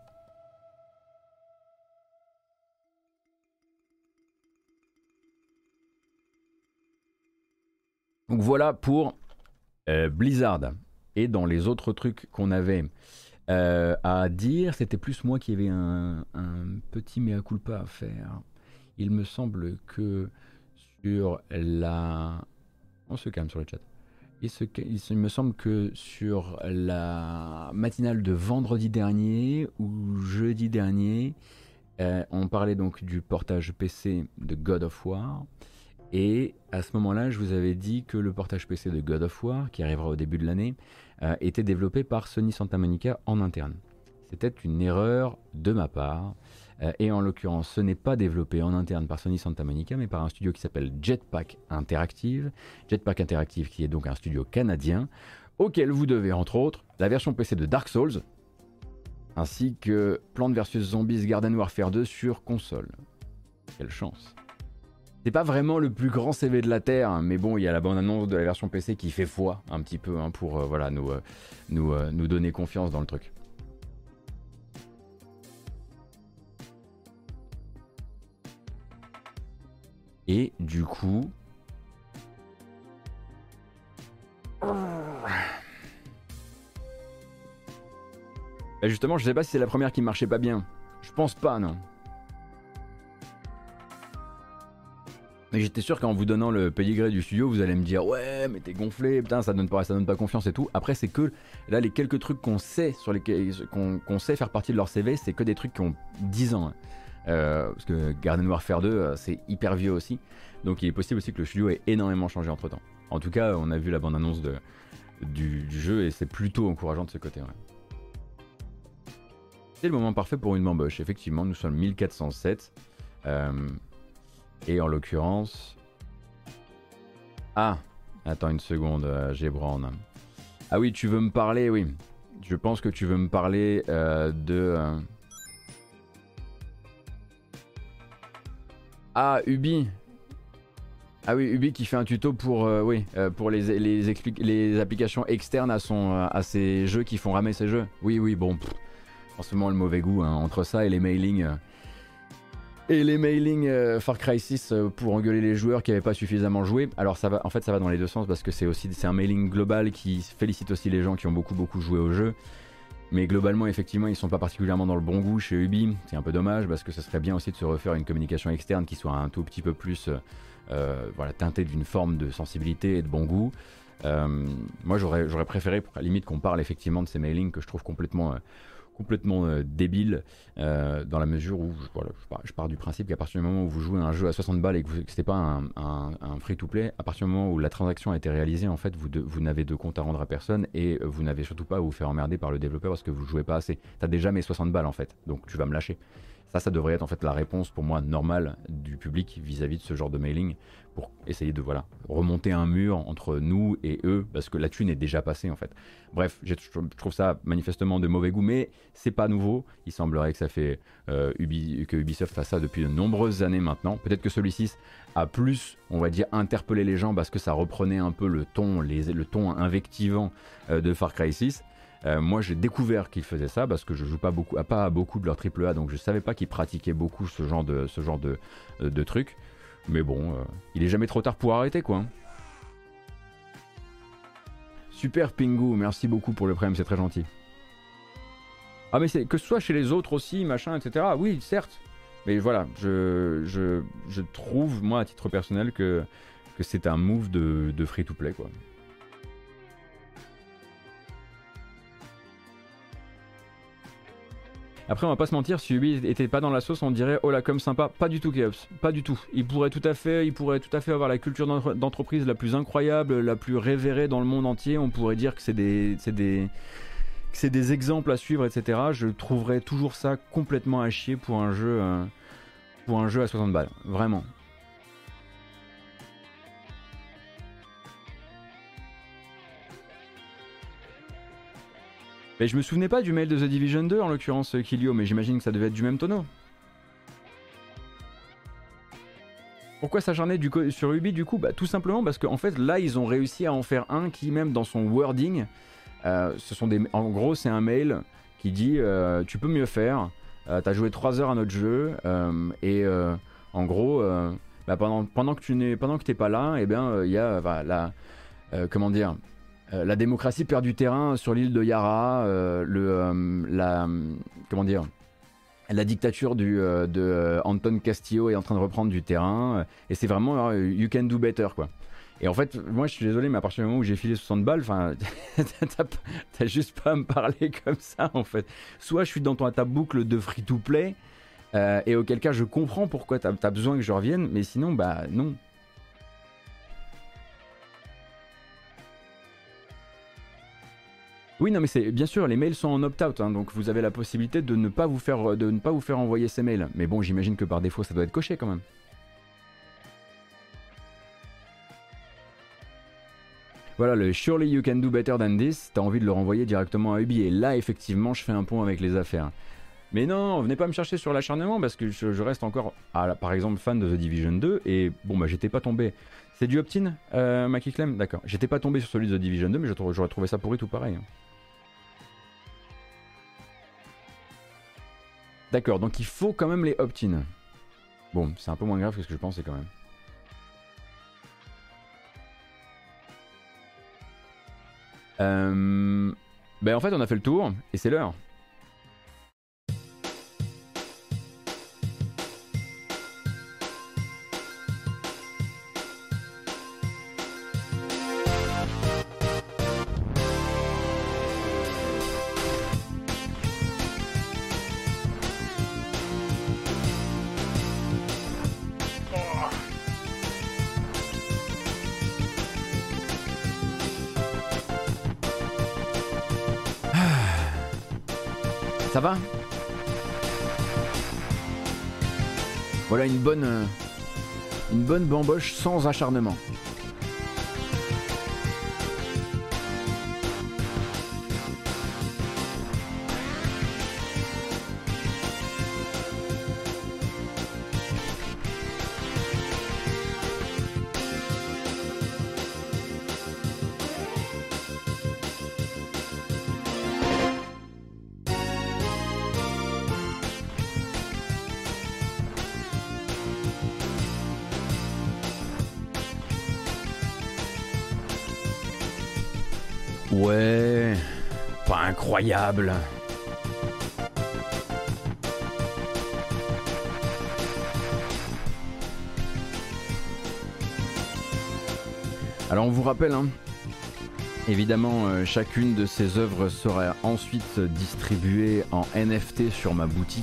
Donc voilà pour Blizzard. Et dans les autres trucs qu'on avait à dire, c'était plus moi qui avais un petit mea culpa à faire. Il me semble que sur la... On se calme sur le chat. Il me semble que sur la matinale de vendredi dernier ou jeudi dernier, on parlait donc du portage PC de God of War. Et à ce moment-là, je vous avais dit que le portage PC de God of War, qui arrivera au début de l'année, était développé par Sony Santa Monica en interne. C'était une erreur de ma part. Et en l'occurrence, ce n'est pas développé en interne par Sony Santa Monica, mais par un studio qui s'appelle Jetpack Interactive. Jetpack Interactive, qui est donc un studio canadien, auquel vous devez, entre autres, la version PC de Dark Souls, ainsi que Plants vs Zombies Garden Warfare 2 sur console. Quelle chance. C'est pas vraiment le plus grand CV de la Terre, hein, mais bon, il y a la bande-annonce de la version PC qui fait foi un petit peu hein, pour voilà, nous donner confiance dans le truc. Et du coup... Bah justement, je sais pas si c'est la première qui marchait pas bien. Je pense pas, non. Mais j'étais sûr qu'en vous donnant le pédigré du studio, vous allez me dire ouais, mais t'es gonflé, putain, ça donne pas confiance et tout. Après, c'est que là, les quelques trucs qu'on sait sur lesquels qu'on sait faire partie de leur CV, c'est que des trucs qui ont 10 ans. Hein. Parce que Garden Warfare 2, c'est hyper vieux aussi. Donc il est possible aussi que le studio ait énormément changé entre temps. En tout cas, on a vu la bande-annonce du jeu et c'est plutôt encourageant de ce côté. Ouais. C'est le moment parfait pour une bamboche. Effectivement, nous sommes 1407. Et en l'occurrence... Ah, attends une seconde, Gebran. Ah oui, tu veux me parler, oui. Je pense que tu veux me parler de... Ah, Ubi. Ah oui, Ubi qui fait un tuto pour, pour les applications externes à ses jeux qui font ramer ses jeux. Oui, bon, en ce moment le mauvais goût, hein, entre ça et les mailings... Far Cry 6 pour engueuler les joueurs qui n'avaient pas suffisamment joué. Alors ça va, en fait ça va dans les deux sens parce que c'est un mailing global qui félicite aussi les gens qui ont beaucoup joué au jeu. Mais globalement effectivement ils sont pas particulièrement dans le bon goût chez Ubi. C'est un peu dommage parce que ça serait bien aussi de se refaire une communication externe qui soit un tout petit peu plus voilà, teintée d'une forme de sensibilité et de bon goût. Moi j'aurais préféré à la limite qu'on parle effectivement de ces mailings que je trouve complètement débile dans la mesure où je pars du principe qu'à partir du moment où vous jouez un jeu à 60 balles et que c'était pas un free-to-play, à partir du moment où la transaction a été réalisée, en fait vous n'avez de compte à rendre à personne et vous n'avez surtout pas à vous faire emmerder par le développeur parce que vous jouez pas assez. T'as déjà mes 60 balles en fait, donc tu vas me lâcher. Ça devrait être en fait la réponse pour moi normale du public vis-à-vis de ce genre de mailing pour essayer de remonter un mur entre nous et eux parce que la thune est déjà passée en fait. Bref, je trouve ça manifestement de mauvais goût, mais c'est pas nouveau. Il semblerait que ça fait que Ubisoft fasse ça depuis de nombreuses années maintenant. Peut-être que celui-ci a plus, on va dire, interpellé les gens parce que ça reprenait un peu le ton invectivant de Far Cry 6. Moi j'ai découvert qu'ils faisaient ça parce que je joue pas à beaucoup de leur AAA, donc je savais pas qu'ils pratiquaient beaucoup ce genre de trucs. Mais bon, il est jamais trop tard pour arrêter quoi. Super Pingu, merci beaucoup pour le prime, c'est très gentil. Ah mais c'est que ce soit chez les autres aussi, machin, etc. Oui, certes. Mais voilà, je trouve moi à titre personnel que c'est un move de free to play quoi. Après, on va pas se mentir, si Ubi était pas dans la sauce, on dirait oh la com sympa. Pas du tout, Keops, pas du tout. Il pourrait tout à fait avoir la culture d'entreprise la plus incroyable, la plus révérée dans le monde entier. On pourrait dire que c'est des exemples à suivre, etc. Je trouverais toujours ça complètement à chier pour un jeu à 60 balles, vraiment. Mais je me souvenais pas du mail de The Division 2 en l'occurrence, Kilio, mais j'imagine que ça devait être du même tonneau. Pourquoi s'acharner sur Ubi du coup? Bah tout simplement parce qu'en fait là ils ont réussi à en faire un qui même dans son wording, en gros c'est un mail qui dit tu peux mieux faire, t'as joué 3 heures à notre jeu en gros pendant que t'es pas là, et bien il y a comment dire, la démocratie perd du terrain sur l'île de Yara, comment dire, la dictature de Anton Castillo est en train de reprendre du terrain, et c'est vraiment you can do better quoi. Et en fait, moi je suis désolé, mais à partir du moment où j'ai filé 60 balles, enfin, t'as juste pas à me parler comme ça en fait. Soit je suis dans ta boucle de free-to-play, et auquel cas je comprends pourquoi t'as besoin que je revienne, mais sinon, bah non. Oui, non, mais c'est bien sûr, les mails sont en opt-out, hein, donc vous avez la possibilité de ne pas vous faire envoyer ces mails. Mais bon, j'imagine que par défaut, ça doit être coché quand même. Voilà, le Surely You Can Do Better Than This, t'as envie de le renvoyer directement à Ubi. Et là, effectivement, je fais un pont avec les affaires. Mais non, venez pas me chercher sur l'acharnement parce que je reste encore, par exemple, fan de The Division 2. Et bon, bah, j'étais pas tombé. C'est du opt-in, Mackie Clem? D'accord. J'étais pas tombé sur celui de The Division 2, mais j'aurais trouvé ça pourri tout pareil. D'accord, donc il faut quand même les opt-in. Bon, c'est un peu moins grave que ce que je pensais quand même. Ben en fait on a fait le tour et c'est l'heure. Ça va? Voilà une bonne bamboche sans acharnement. Ouais, pas incroyable. Alors on vous rappelle, hein, évidemment, chacune de ces œuvres sera ensuite distribuée en NFT sur ma boutique.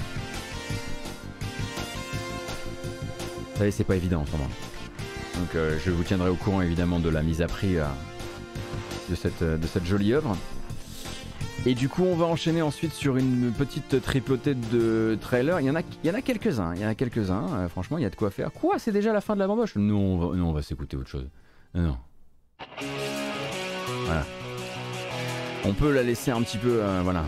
Vous savez, c'est pas évident en ce moment. Donc je vous tiendrai au courant évidemment de la mise à prix de cette jolie œuvre. Et du coup on va enchaîner ensuite sur une petite tripotée de trailers. Il y en a quelques-uns, franchement il y a de quoi faire. Quoi, c'est déjà la fin de la bamboche? Non, on va s'écouter autre chose. Non. Voilà. On peut la laisser un petit peu, voilà.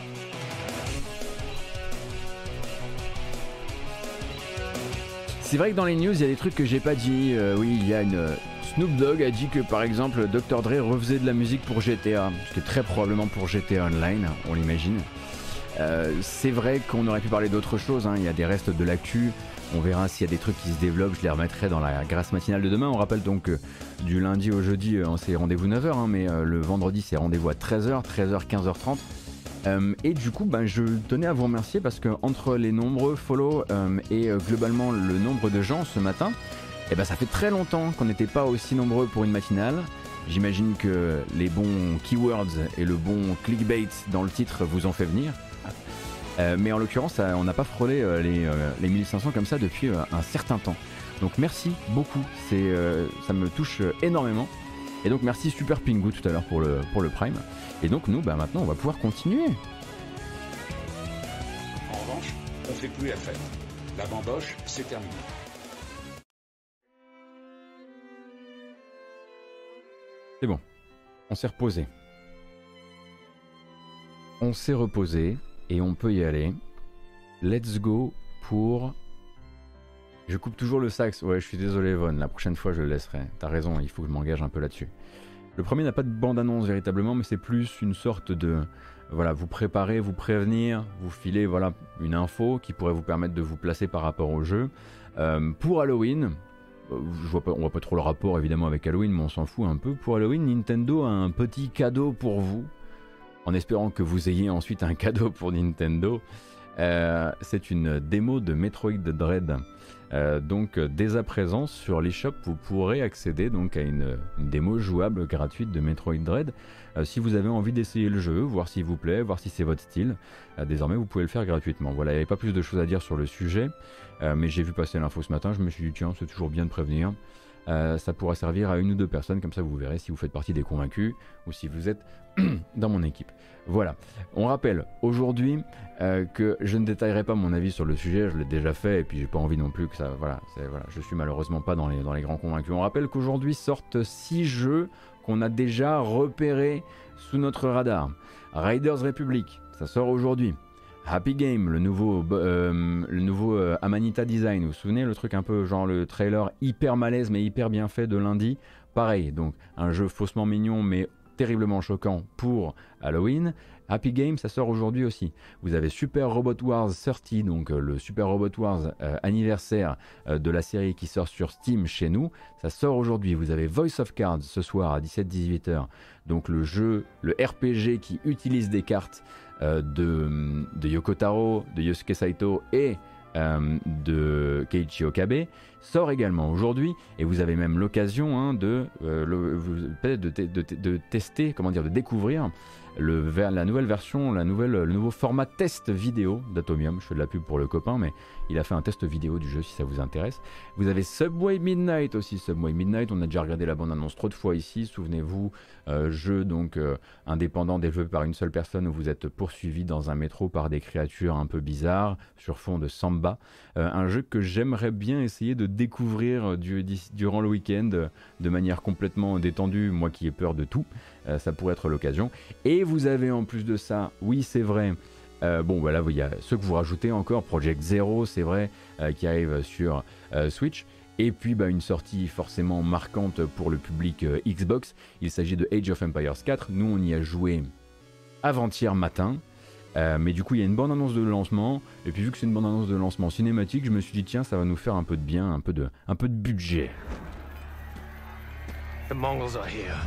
C'est vrai que dans les news il y a des trucs que j'ai pas dit. Oui, il y a une... Snoop Dogg a dit que par exemple Dr. Dre refaisait de la musique pour GTA, ce qui est très probablement pour GTA Online, on l'imagine. C'est vrai qu'on aurait pu parler d'autres choses, hein. Il y a des restes de l'actu, on verra s'il y a des trucs qui se développent, je les remettrai dans la grâce matinale de demain. On rappelle donc que du lundi au jeudi c'est rendez-vous 9h, hein, mais le vendredi c'est rendez-vous à 13h, 15h30. Et du coup je tenais à vous remercier parce que entre les nombreux follow et globalement le nombre de gens ce matin, et ça fait très longtemps qu'on n'était pas aussi nombreux pour une matinale. J'imagine que les bons keywords et le bon clickbait dans le titre vous ont fait venir. Mais en l'occurrence, on n'a pas frôlé les 1500 comme ça depuis un certain temps. Donc merci beaucoup, ça me touche énormément. Et donc merci Super Pingu tout à l'heure pour le Prime. Et donc nous, maintenant, on va pouvoir continuer. En revanche, on fait plus la fête. La bamboche, c'est terminé. C'est bon, on s'est reposé. On s'est reposé et on peut y aller. Let's go pour... Je coupe toujours le sax. Ouais, je suis désolé Von, la prochaine fois je le laisserai. T'as raison, il faut que je m'engage un peu là-dessus. Le premier n'a pas de bande-annonce véritablement, mais c'est plus une sorte de... Voilà, vous préparer, vous prévenir, vous filer voilà, une info qui pourrait vous permettre de vous placer par rapport au jeu. Pour Halloween... on voit pas trop le rapport évidemment avec Halloween, mais on s'en fout un peu. Pour Halloween, Nintendo a un petit cadeau pour vous, en espérant que vous ayez ensuite un cadeau pour Nintendo. C'est une démo de Metroid Dread Donc dès à présent sur l'eShop vous pourrez accéder donc à une démo jouable gratuite de Metroid Dread. Si vous avez envie d'essayer le jeu, voir s'il vous plaît, voir si c'est votre style, désormais vous pouvez le faire gratuitement. Voilà, il n'y avait pas plus de choses à dire sur le sujet, mais j'ai vu passer l'info ce matin, je me suis dit tiens c'est toujours bien de prévenir. Ça pourra servir à une ou deux personnes, comme ça vous verrez si vous faites partie des convaincus ou si vous êtes dans mon équipe. Voilà, on rappelle aujourd'hui que je ne détaillerai pas mon avis sur le sujet, je l'ai déjà fait et puis j'ai pas envie non plus que ça... Voilà, je suis malheureusement pas dans les grands convaincus. On rappelle qu'aujourd'hui sortent 6 jeux qu'on a déjà repérés sous notre radar. Raiders Republic, ça sort aujourd'hui. Happy Game, le nouveau Amanita Design, vous vous souvenez le truc un peu genre le trailer hyper malaise mais hyper bien fait de lundi. Pareil, donc un jeu faussement mignon mais terriblement choquant pour Halloween. Happy Game, ça sort aujourd'hui aussi. Vous avez Super Robot Wars 30, donc le Super Robot Wars anniversaire de la série qui sort sur Steam chez nous. Ça sort aujourd'hui. Vous avez Voice of Cards ce soir à 17-18h. Donc le jeu, le RPG qui utilise des cartes de Yoko Taro, de Yosuke Saito et de Keiichi Okabe sort également aujourd'hui et vous avez même l'occasion de tester, comment dire, de découvrir la nouvelle version, le nouveau format test vidéo d'Atomium. Je fais de la pub pour le copain, mais il a fait un test vidéo du jeu si ça vous intéresse. Vous avez Subway Midnight aussi. Subway Midnight, on a déjà regardé la bande-annonce trop de fois ici, souvenez-vous, jeu donc indépendant développé par une seule personne où vous êtes poursuivi dans un métro par des créatures un peu bizarres sur fond de samba. Un jeu que j'aimerais bien essayer de découvrir durant le week-end de manière complètement détendue, moi qui ai peur de tout. Ça pourrait être l'occasion. Et vous avez en plus de ça, oui c'est vrai, bon voilà, il y a ceux que vous rajoutez encore, Project Zero, c'est vrai, qui arrive sur Switch. Et puis une sortie forcément marquante pour le public Xbox. Il s'agit de Age of Empires 4. Nous on y a joué avant-hier matin. Mais du coup il y a une bande-annonce de lancement. Et puis vu que c'est une bande-annonce de lancement cinématique, je me suis dit tiens ça va nous faire un peu de bien, un peu de budget. The Mongols are here.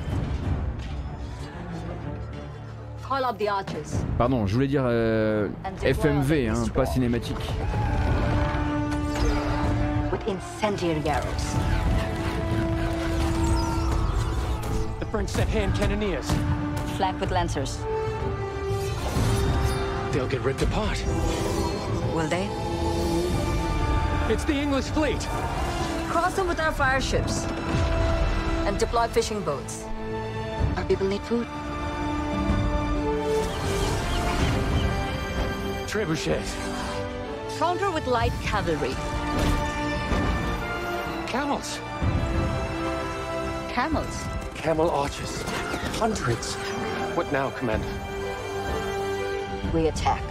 Call up the archers. Pardon, je voulais dire FMV, hein, pas cinématique. With incendiary arrows. The French sent hand cannoneers. Flank with lancers. They'll get ripped apart. Will they? It's the English fleet. Cross them with our fire ships. And deploy fishing boats. Our people need food. Trebuchets. Counter with light cavalry. Camels. Camels. Camel archers. Hundreds. What now, Commander? We attack.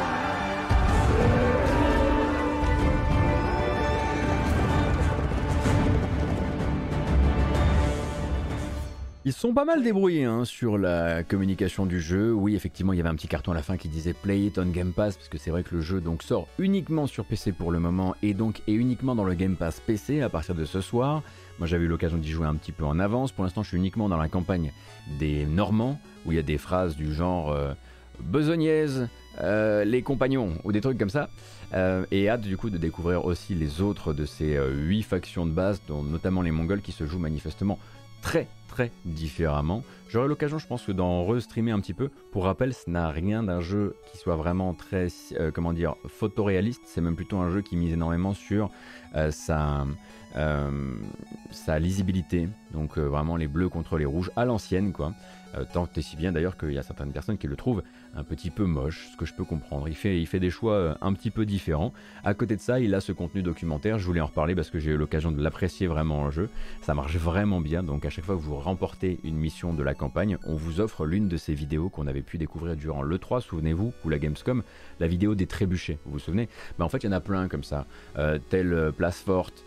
Ils sont pas mal débrouillés sur la communication du jeu. Oui, effectivement, il y avait un petit carton à la fin qui disait Play it on Game Pass, parce que c'est vrai que le jeu donc sort uniquement sur PC pour le moment et donc est uniquement dans le Game Pass PC à partir de ce soir. Moi, j'avais eu l'occasion d'y jouer un petit peu en avance. Pour l'instant, je suis uniquement dans la campagne des Normands, où il y a des phrases du genre besognaise, les compagnons, ou des trucs comme ça. Et hâte du coup de découvrir aussi les autres de ces 8 factions de base, dont notamment les Mongols qui se jouent manifestement très différemment. J'aurai l'occasion, je pense, d'en restreamer un petit peu. Pour rappel, ce n'a rien d'un jeu qui soit vraiment très, photoréaliste. C'est même plutôt un jeu qui mise énormément sur sa lisibilité. Donc vraiment les bleus contre les rouges à l'ancienne, quoi. Tant et si bien d'ailleurs qu'il y a certaines personnes qui le trouvent un petit peu moche, ce que je peux comprendre. Il fait des choix un petit peu différents. À côté de ça, il a ce contenu documentaire. Je voulais en reparler parce que j'ai eu l'occasion de l'apprécier vraiment en jeu. Ça marche vraiment bien. Donc à chaque fois que vous remportez une mission de la campagne, on vous offre l'une de ces vidéos qu'on avait pu découvrir durant l'E3, souvenez-vous, ou la Gamescom, la vidéo des trébuchets. Vous vous souvenez ? En fait, il y en a plein comme ça. Telle place forte,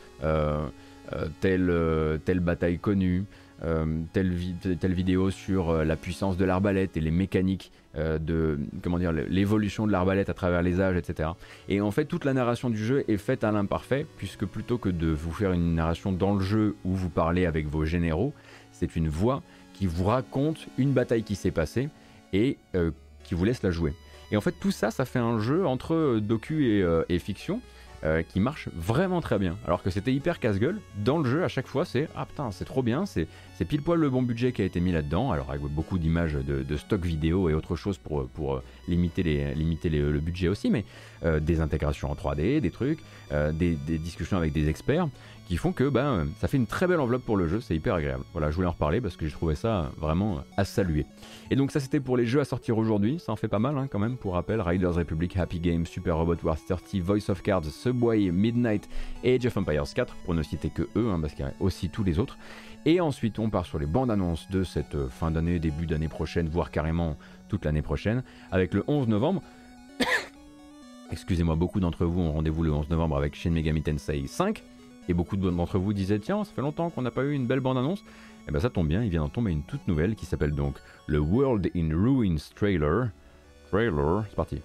telle bataille connue. Telle vidéo sur la puissance de l'arbalète et les mécaniques l'évolution de l'arbalète à travers les âges, etc. Et en fait, toute la narration du jeu est faite à l'imparfait, puisque plutôt que de vous faire une narration dans le jeu où vous parlez avec vos généraux, c'est une voix qui vous raconte une bataille qui s'est passée et qui vous laisse la jouer. Et en fait, tout ça, ça fait un jeu entre docu et fiction. qui marche vraiment très bien. Alors que c'était hyper casse-gueule, dans le jeu à chaque fois c'est ah putain c'est trop bien, c'est pile poil le bon budget qui a été mis là-dedans, alors avec beaucoup d'images de stock vidéo et autre chose pour limiter le budget aussi, mais des intégrations en 3D, des trucs, des discussions avec des experts qui font que ça fait une très belle enveloppe pour le jeu, c'est hyper agréable. Voilà, je voulais en reparler parce que j'ai trouvé ça vraiment à saluer. Et donc ça c'était pour les jeux à sortir aujourd'hui, ça en fait pas mal hein, quand même pour rappel, Riders Republic, Happy Games, Super Robot Wars 30, Voice of Cards, Subway, Midnight et Age of Empires 4, pour ne citer que eux, hein, parce qu'il y a aussi tous les autres. Et ensuite on part sur les bandes annonces de cette fin d'année, début d'année prochaine, voire carrément toute l'année prochaine, avec le 11 novembre. Excusez-moi, beaucoup d'entre vous ont rendez-vous le 11 novembre avec Shin Megami Tensei 5. Et beaucoup d'entre vous disaient tiens, ça fait longtemps qu'on n'a pas eu une belle bande-annonce. Et ben ça tombe bien, il vient d'en tomber une toute nouvelle qui s'appelle donc le World in Ruins Trailer. C'est parti.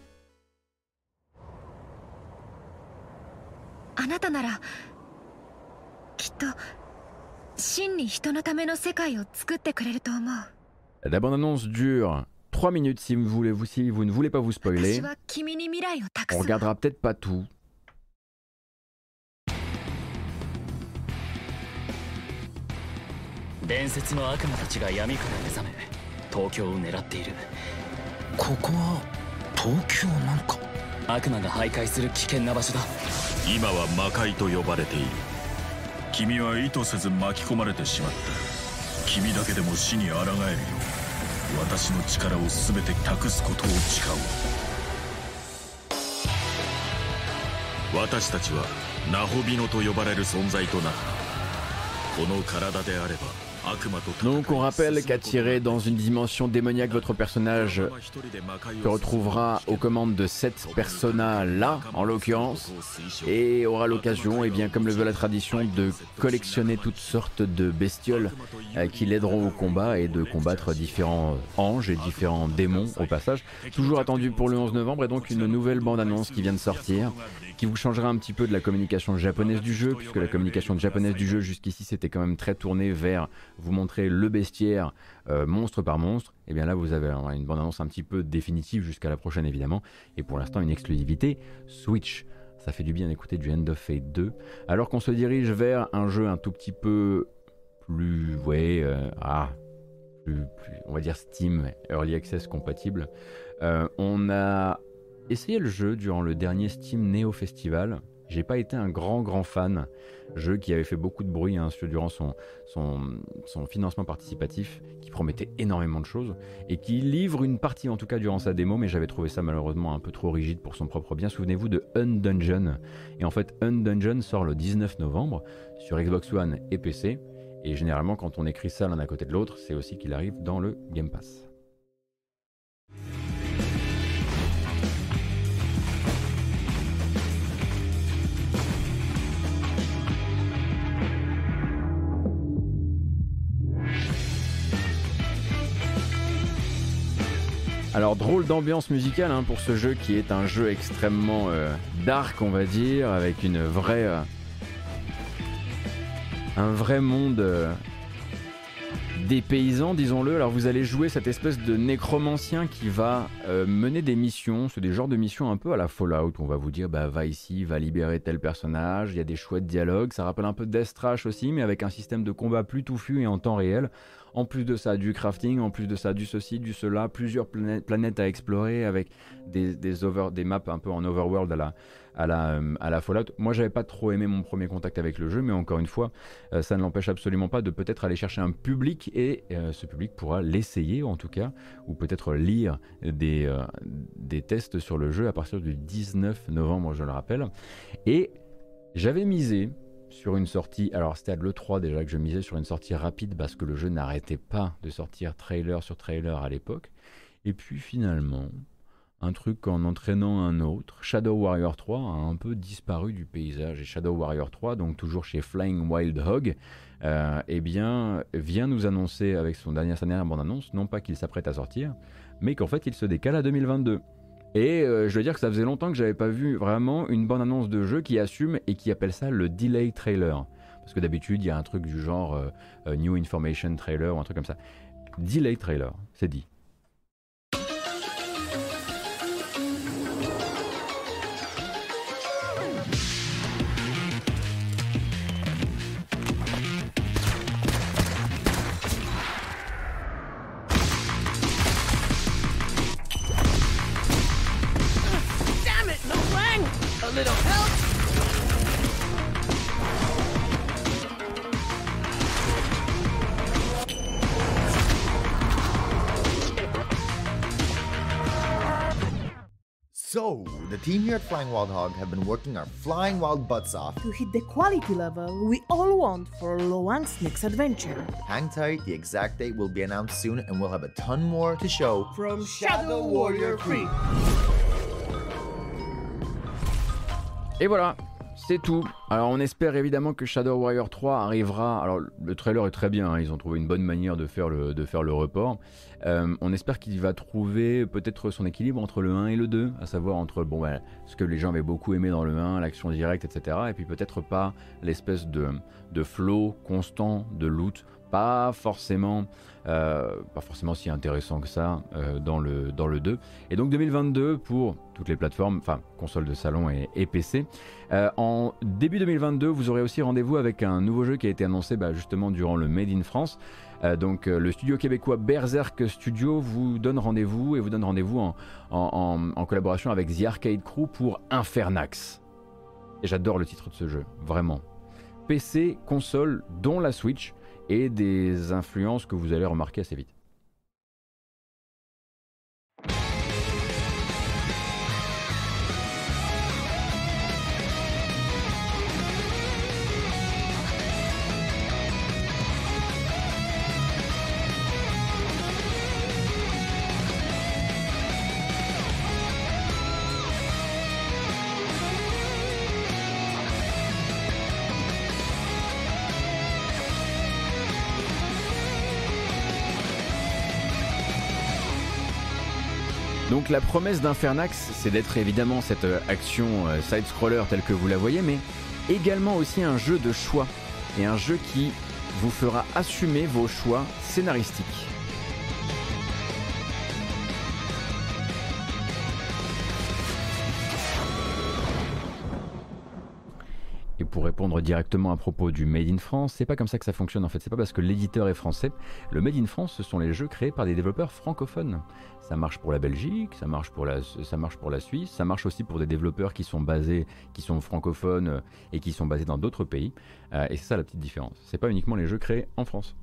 あなたならきっと真に人のための世界を作ってくれると思う。 La bande-annonce dure 3 minutes si vous ne voulez pas vous spoiler. 私は君に未来を託す。 On regardera peut-être pas tout. 伝説の悪魔たちが闇から目覚め東京を狙っている。ここは東京なのか。悪魔が徘徊する危険な場所だ。 今は魔界と呼ばれている。君は意図せず巻き込まれてしまった。君だけでも死に抗えるよう私の力を全て託すことを誓う。私たちはナホビノと呼ばれる存在となった。この体であれば Donc on rappelle qu'attiré dans une dimension démoniaque, votre personnage se retrouvera aux commandes de cette persona-là, en l'occurrence, et aura l'occasion, et bien comme le veut la tradition, de collectionner toutes sortes de bestioles qui l'aideront au combat et de combattre différents anges et différents démons au passage. Toujours attendu pour le 11 novembre et donc une nouvelle bande-annonce qui vient de sortir, qui vous changera un petit peu de la communication japonaise du jeu, puisque la communication japonaise du jeu jusqu'ici c'était quand même très tournée vers vous montrer le bestiaire monstre par monstre. Et bien là vous avez une bande-annonce un petit peu définitive jusqu'à la prochaine évidemment, et pour l'instant une exclusivité Switch. Ça fait du bien d'écouter du End of Fate 2, alors qu'on se dirige vers un jeu un tout petit peu plus, plus, on va dire Steam Early Access compatible. On a essayé le jeu durant le dernier Steam Neo Festival. J'ai pas été un grand fan, jeu qui avait fait beaucoup de bruit durant son financement participatif, qui promettait énormément de choses et qui livre une partie en tout cas durant sa démo, mais j'avais trouvé ça malheureusement un peu trop rigide pour son propre bien. Souvenez-vous de Undungeon, et en fait Undungeon sort le 19 novembre sur Xbox One et PC, et généralement quand on écrit ça l'un à côté de l'autre, c'est aussi qu'il arrive dans le Game Pass. Alors drôle d'ambiance musicale pour ce jeu qui est un jeu extrêmement dark on va dire, avec un vrai monde des paysans disons-le. Alors vous allez jouer cette espèce de nécromancien qui va mener des missions, c'est des genres de missions un peu à la Fallout, on va vous dire va ici, va libérer tel personnage, il y a des chouettes dialogues, ça rappelle un peu Death Trash aussi mais avec un système de combat plus touffu et en temps réel. En plus de ça, du crafting, en plus de ça, du ceci, du cela, plusieurs planètes à explorer avec des maps un peu en overworld à la Fallout. Moi, j'avais pas trop aimé mon premier contact avec le jeu, mais encore une fois, ça ne l'empêche absolument pas de peut-être aller chercher un public et ce public pourra l'essayer en tout cas, ou peut-être lire des tests sur le jeu à partir du 19 novembre, je le rappelle. Et j'avais misé sur une sortie, alors c'était à l'E3 déjà que je misais sur une sortie rapide parce que le jeu n'arrêtait pas de sortir trailer sur trailer à l'époque. Et puis finalement, un truc en entraînant un autre, Shadow Warrior 3 a un peu disparu du paysage. Et Shadow Warrior 3, donc toujours chez Flying Wild Hog, eh bien, vient nous annoncer avec sa dernière bande-annonce, non pas qu'il s'apprête à sortir, mais qu'en fait il se décale à 2022. Et je dois dire que ça faisait longtemps que j'avais pas vu vraiment une bande-annonce de jeu qui assume et qui appelle ça le delay trailer. Parce que d'habitude il y a un truc du genre New Information Trailer ou un truc comme ça. Delay trailer, c'est dit. little help? So, the team here at Flying Wild Hog have been working our flying wild butts off to hit the quality level we all want for Loang's next adventure. Hang tight, the exact date will be announced soon and we'll have a ton more to show from Shadow Warrior 3. Et voilà, c'est tout. Alors on espère évidemment que Shadow Warrior 3 arrivera. Alors le trailer est très bien, hein, ils ont trouvé une bonne manière de faire le report. On espère qu'il va trouver peut-être son équilibre entre le 1 et le 2, à savoir entre ce que les gens avaient beaucoup aimé dans le 1, l'action directe, etc. Et puis peut-être pas l'espèce de flow constant de loot, pas forcément si intéressant que ça dans le 2. Et donc 2022 pour toutes les plateformes, enfin consoles de salon et PC. En début 2022, vous aurez aussi rendez-vous avec un nouveau jeu qui a été annoncé justement durant le Made in France. Donc le studio québécois Berserk Studio vous donne rendez-vous en collaboration avec The Arcade Crew pour Infernax. Et j'adore le titre de ce jeu, vraiment. PC, console, dont la Switch, et des influences que vous allez remarquer assez vite. Donc la promesse d'Infernax, c'est d'être évidemment cette action side-scroller telle que vous la voyez, mais également aussi un jeu de choix, et un jeu qui vous fera assumer vos choix scénaristiques. Et pour répondre directement à propos du Made in France, c'est pas comme ça que ça fonctionne en fait, c'est pas parce que l'éditeur est français. Le Made in France, ce sont les jeux créés par des développeurs francophones. Ça marche pour la Belgique, ça marche pour la Suisse, ça marche aussi pour des développeurs qui sont francophones et qui sont basés dans d'autres pays. Et c'est ça la petite différence, c'est pas uniquement les jeux créés en France.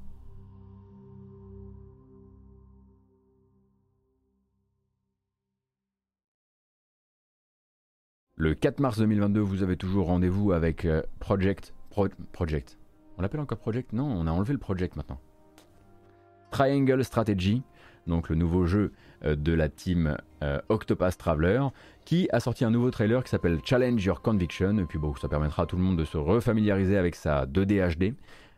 Le 4 mars 2022, vous avez toujours rendez-vous avec Project. On l'appelle encore Project? Non, on a enlevé le Project maintenant. Triangle Strategy, donc le nouveau jeu de la team Octopath Traveler, qui a sorti un nouveau trailer qui s'appelle Challenge Your Conviction. Et puis bon, ça permettra à tout le monde de se refamiliariser avec sa 2D HD.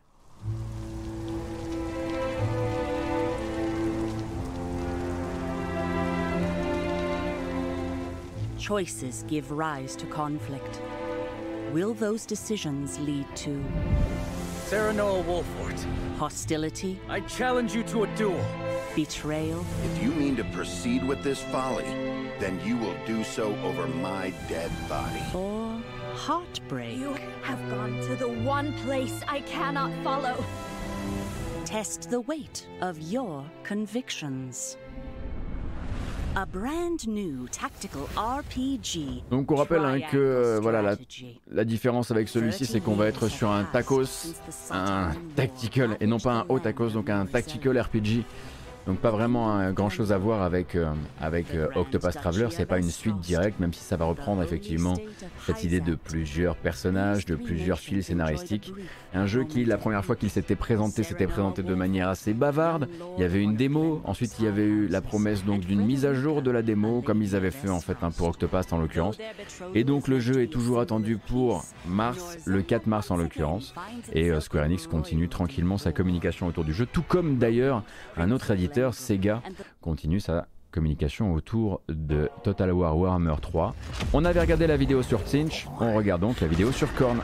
Choices give rise to conflict. Will those decisions lead to Sarah Noah Wolfort. hostility? I challenge you to a duel. Betrayal? If you mean to proceed with this folly, then you will do so over my dead body. Or heartbreak? You have gone to the one place I cannot follow. Test the weight of your convictions. A brand new tactical RPG. Donc on rappelle que voilà, la différence avec celui-ci, c'est qu'on va être sur un tacos, un tactical, et non pas un haut tacos, donc un tactical RPG. Donc pas vraiment grand chose à voir avec Octopath Traveler, c'est pas une suite directe, même si ça va reprendre effectivement cette idée de plusieurs personnages, de plusieurs fils scénaristiques. Un jeu qui, la première fois qu'il s'était présenté de manière assez bavarde. Il y avait une démo, ensuite il y avait eu la promesse donc d'une mise à jour de la démo, comme ils avaient fait en fait pour Octopath en l'occurrence. Et donc le jeu est toujours attendu pour mars, le 4 mars en l'occurrence. Et Square Enix continue tranquillement sa communication autour du jeu, tout comme d'ailleurs un autre éditeur, Sega, continue sa communication autour de Total War Warhammer 3. On avait regardé la vidéo sur Tzinch, on regarde donc la vidéo sur Korn.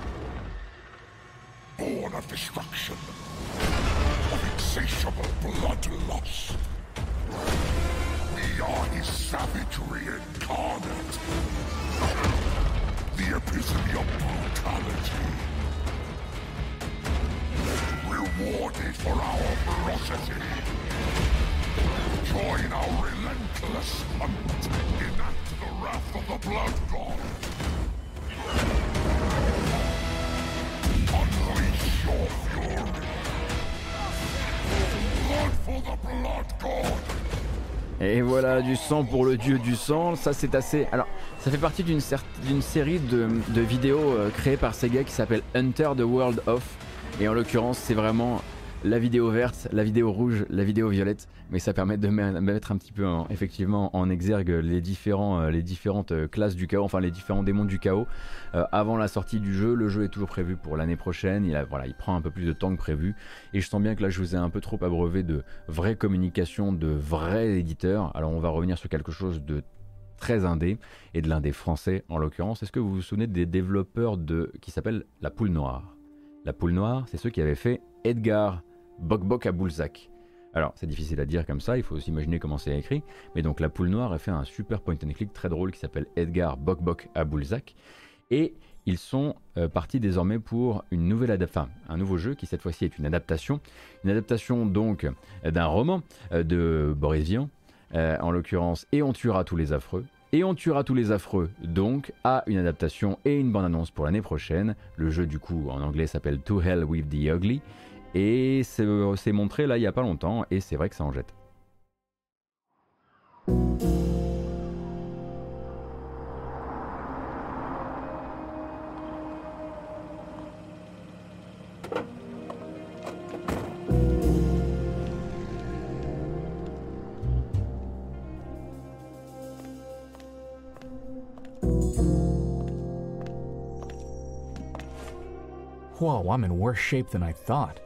Born of destruction, of insatiable bloodlust. We are his savagery incarnate, the epitome of brutality. Rewarded for our ferocity. Join our relentless hunt, enact the wrath of the Blood God. Et voilà, du sang pour le dieu du sang, ça c'est assez... Alors, ça fait partie d'une série de vidéos créées par Sega qui s'appelle Hunter the World of, et en l'occurrence c'est vraiment la vidéo verte, la vidéo rouge, la vidéo violette, mais ça permet de mettre un petit peu effectivement en exergue les différentes classes du chaos, enfin les différents démons du chaos avant la sortie du jeu. Le jeu est toujours prévu pour l'année prochaine, il prend un peu plus de temps que prévu, et je sens bien que là je vous ai un peu trop abreuvé de vraies communications, de vrais éditeurs. Alors on va revenir sur quelque chose de très indé, et de l'indé français en l'occurrence. Est-ce que vous vous souvenez des développeurs qui s'appellent La Poule Noire? La Poule Noire, c'est ceux qui avaient fait Edgar Bok Bok à Boulzac. Alors c'est difficile à dire comme ça, il faut s'imaginer comment c'est écrit, mais donc La Poule Noire a fait un super point and click très drôle qui s'appelle Edgar Bok Bok à Boulzac, et ils sont partis désormais pour un nouveau jeu qui cette fois-ci est une adaptation donc d'un roman de Boris Vian, en l'occurrence Et on tuera tous les affreux. Et on tuera tous les affreux donc a une adaptation et une bande-annonce pour l'année prochaine. Le jeu du coup en anglais s'appelle To Hell with the Ugly, et c'est montré là il n'y a pas longtemps, et c'est vrai que ça en jette. Whoa, I'm in worse shape than I thought.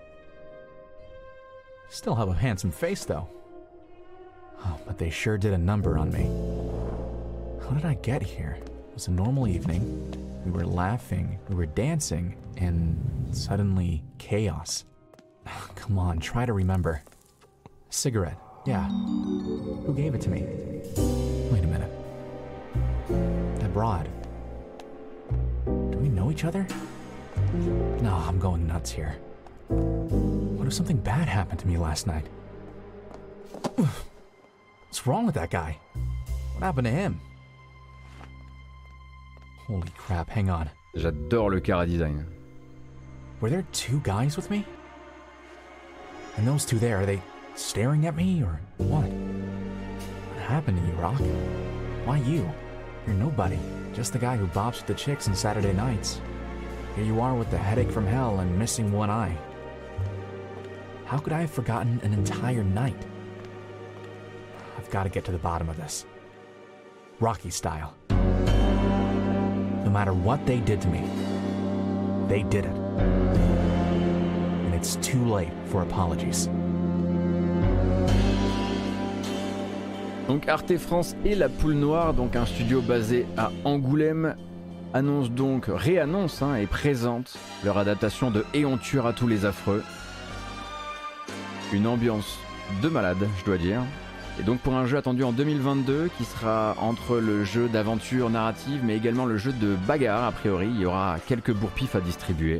Still have a handsome face, though. Oh, but they sure did a number on me. How did I get here? It was a normal evening. We were laughing, we were dancing, and suddenly chaos. Come on, try to remember. Cigarette, yeah. Who gave it to me? Wait a minute. That broad. Do we know each other? No, I'm going nuts here. What if something bad happened to me last night? What's wrong with that guy? What happened to him? Holy crap, hang on. J'adore le Cara design. Were there two guys with me? And those two there, are they staring at me or what? What happened to you, Rock? Why you? You're nobody. Just the guy who bops with the chicks on Saturday nights. Here you are with the headache from hell and missing one eye. How could I have forgotten an entire night? I've got to get to the bottom of this. Rocky style. No matter what they did to me, they did it. And it's too late for apologies. Donc Arte France et La Poule Noire, donc un studio basé à Angoulême, réannonce et présente leur adaptation de Et on tuera tous les affreux. Une ambiance de malade, je dois dire. Et donc pour un jeu attendu en 2022 qui sera entre le jeu d'aventure narrative mais également le jeu de bagarre a priori. Il y aura quelques bourre-pifs à distribuer.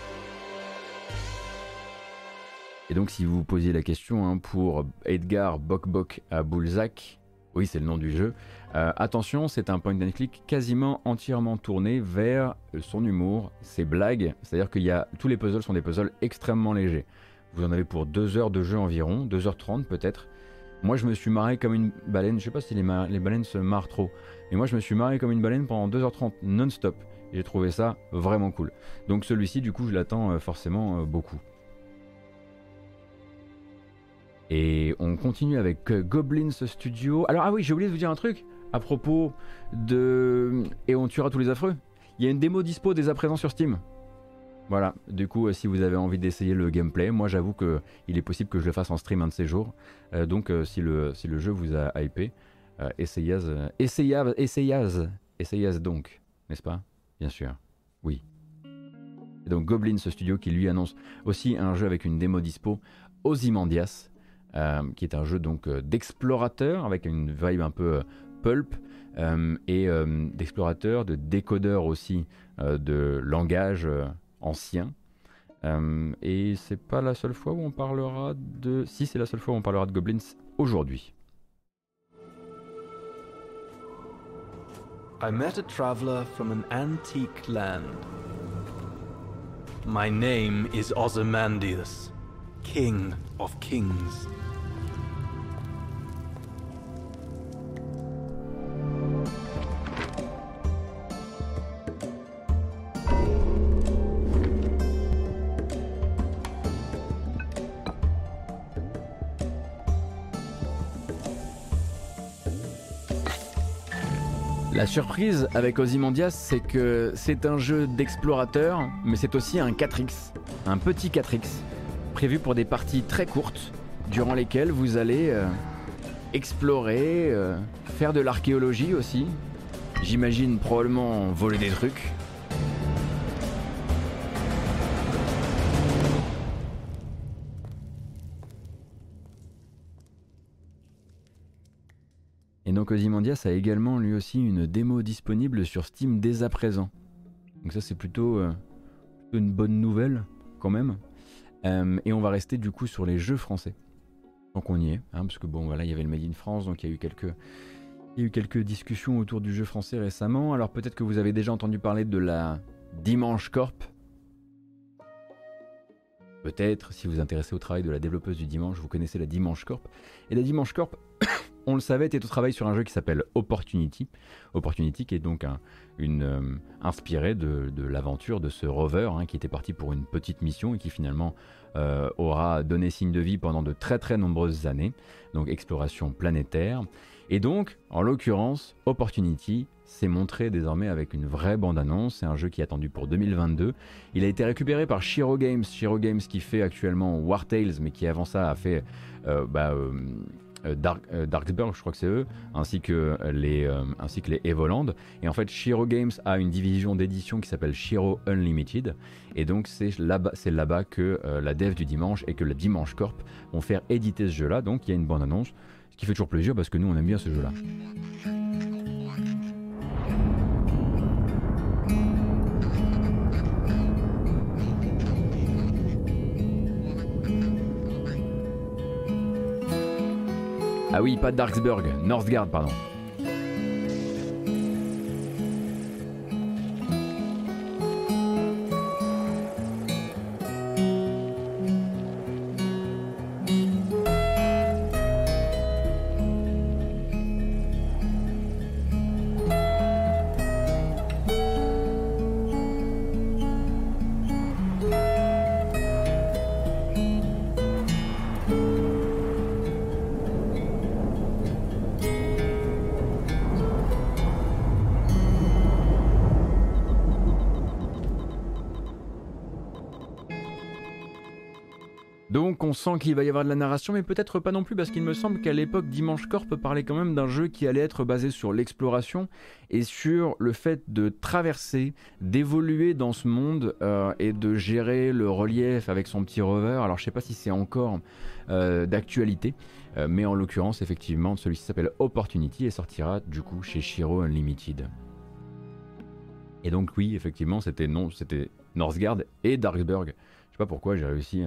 Et donc si vous vous posiez la question pour Edgar Bok Bok à Boulzac, oui c'est le nom du jeu, attention, c'est un point and click quasiment entièrement tourné vers son humour, ses blagues, c'est-à-dire que tous les puzzles sont des puzzles extrêmement légers. Vous en avez pour 2 heures de jeu environ, 2h30 peut-être. Moi je me suis marré comme une baleine, je sais pas si les baleines se marrent trop, mais moi je me suis marré comme une baleine pendant 2h30 non-stop. J'ai trouvé ça vraiment cool. Donc celui-ci du coup je l'attends forcément beaucoup. Et on continue avec Goblins Studio. Alors ah oui, j'ai oublié de vous dire un truc à propos de Et on tuera tous les affreux. Il y a une démo dispo dès à présent sur Steam. Voilà, du coup si vous avez envie d'essayer le gameplay, moi j'avoue que il est possible que je le fasse en stream un de ces jours. Donc si le jeu vous a hypé, essayez donc, n'est-ce pas? Bien sûr, oui. Et donc Goblins Studio qui lui annonce aussi un jeu avec une démo dispo, Ozymandias. Qui est un jeu donc d'explorateur avec une vibe un peu pulp et d'explorateur, de décodeur aussi de langage ancien. Et c'est pas la seule fois où on parlera de... Si, c'est la seule fois où on parlera de Goblins aujourd'hui. I met a traveler from an antique land. My name is Ozymandias, King of Kings. La surprise avec Ozymandias, c'est que c'est un jeu d'explorateur, mais c'est aussi un 4X, un petit 4X, prévu pour des parties très courtes, durant lesquelles vous allez explorer, faire de l'archéologie aussi, j'imagine probablement voler des trucs. Et donc Ozymandias a également lui aussi une démo disponible sur Steam dès à présent. Donc ça c'est plutôt une bonne nouvelle quand même. Et on va rester du coup sur les jeux français. Donc on y est, hein, parce que bon voilà, il y avait le Made in France, donc il y a eu quelques discussions autour du jeu français récemment. Alors peut-être que vous avez déjà entendu parler de la Dimanche Corp. Peut-être, si vous vous intéressez au travail de la développeuse du Dimanche, vous connaissez la Dimanche Corp. Et la Dimanche Corp, on le savait, était au travail sur un jeu qui s'appelle Opportunity. Opportunity qui est donc inspiré de l'aventure de ce rover qui était parti pour une petite mission et qui finalement aura donné signe de vie pendant de très très nombreuses années. Donc exploration planétaire. Et donc, en l'occurrence, Opportunity s'est montré désormais avec une vraie bande-annonce. C'est un jeu qui est attendu pour 2022. Il a été récupéré par Shiro Games qui fait actuellement War Tales, mais qui avant ça a fait Darksburg, je crois que c'est eux, ainsi que les Evoland. Et en fait, Shiro Games a une division d'édition qui s'appelle Shiro Unlimited. Et donc c'est là-bas que la dev du Dimanche et que la Dimanche Corp vont faire éditer ce jeu-là. Donc il y a une bande-annonce, ce qui fait toujours plaisir parce que nous on aime bien ce jeu-là. Ah oui, pas Darksburg, Northgard, pardon. Donc on sent qu'il va y avoir de la narration, mais peut-être pas non plus, parce qu'il me semble qu'à l'époque Dimanche Corp parlait quand même d'un jeu qui allait être basé sur l'exploration et sur le fait de traverser, d'évoluer dans ce monde et de gérer le relief avec son petit rover. Alors je sais pas si c'est encore d'actualité, mais en l'occurrence effectivement celui-ci s'appelle Opportunity et sortira du coup chez Shiro Unlimited. Et donc oui, effectivement c'était Northgard et Darksburg. Je sais pas pourquoi j'ai réussi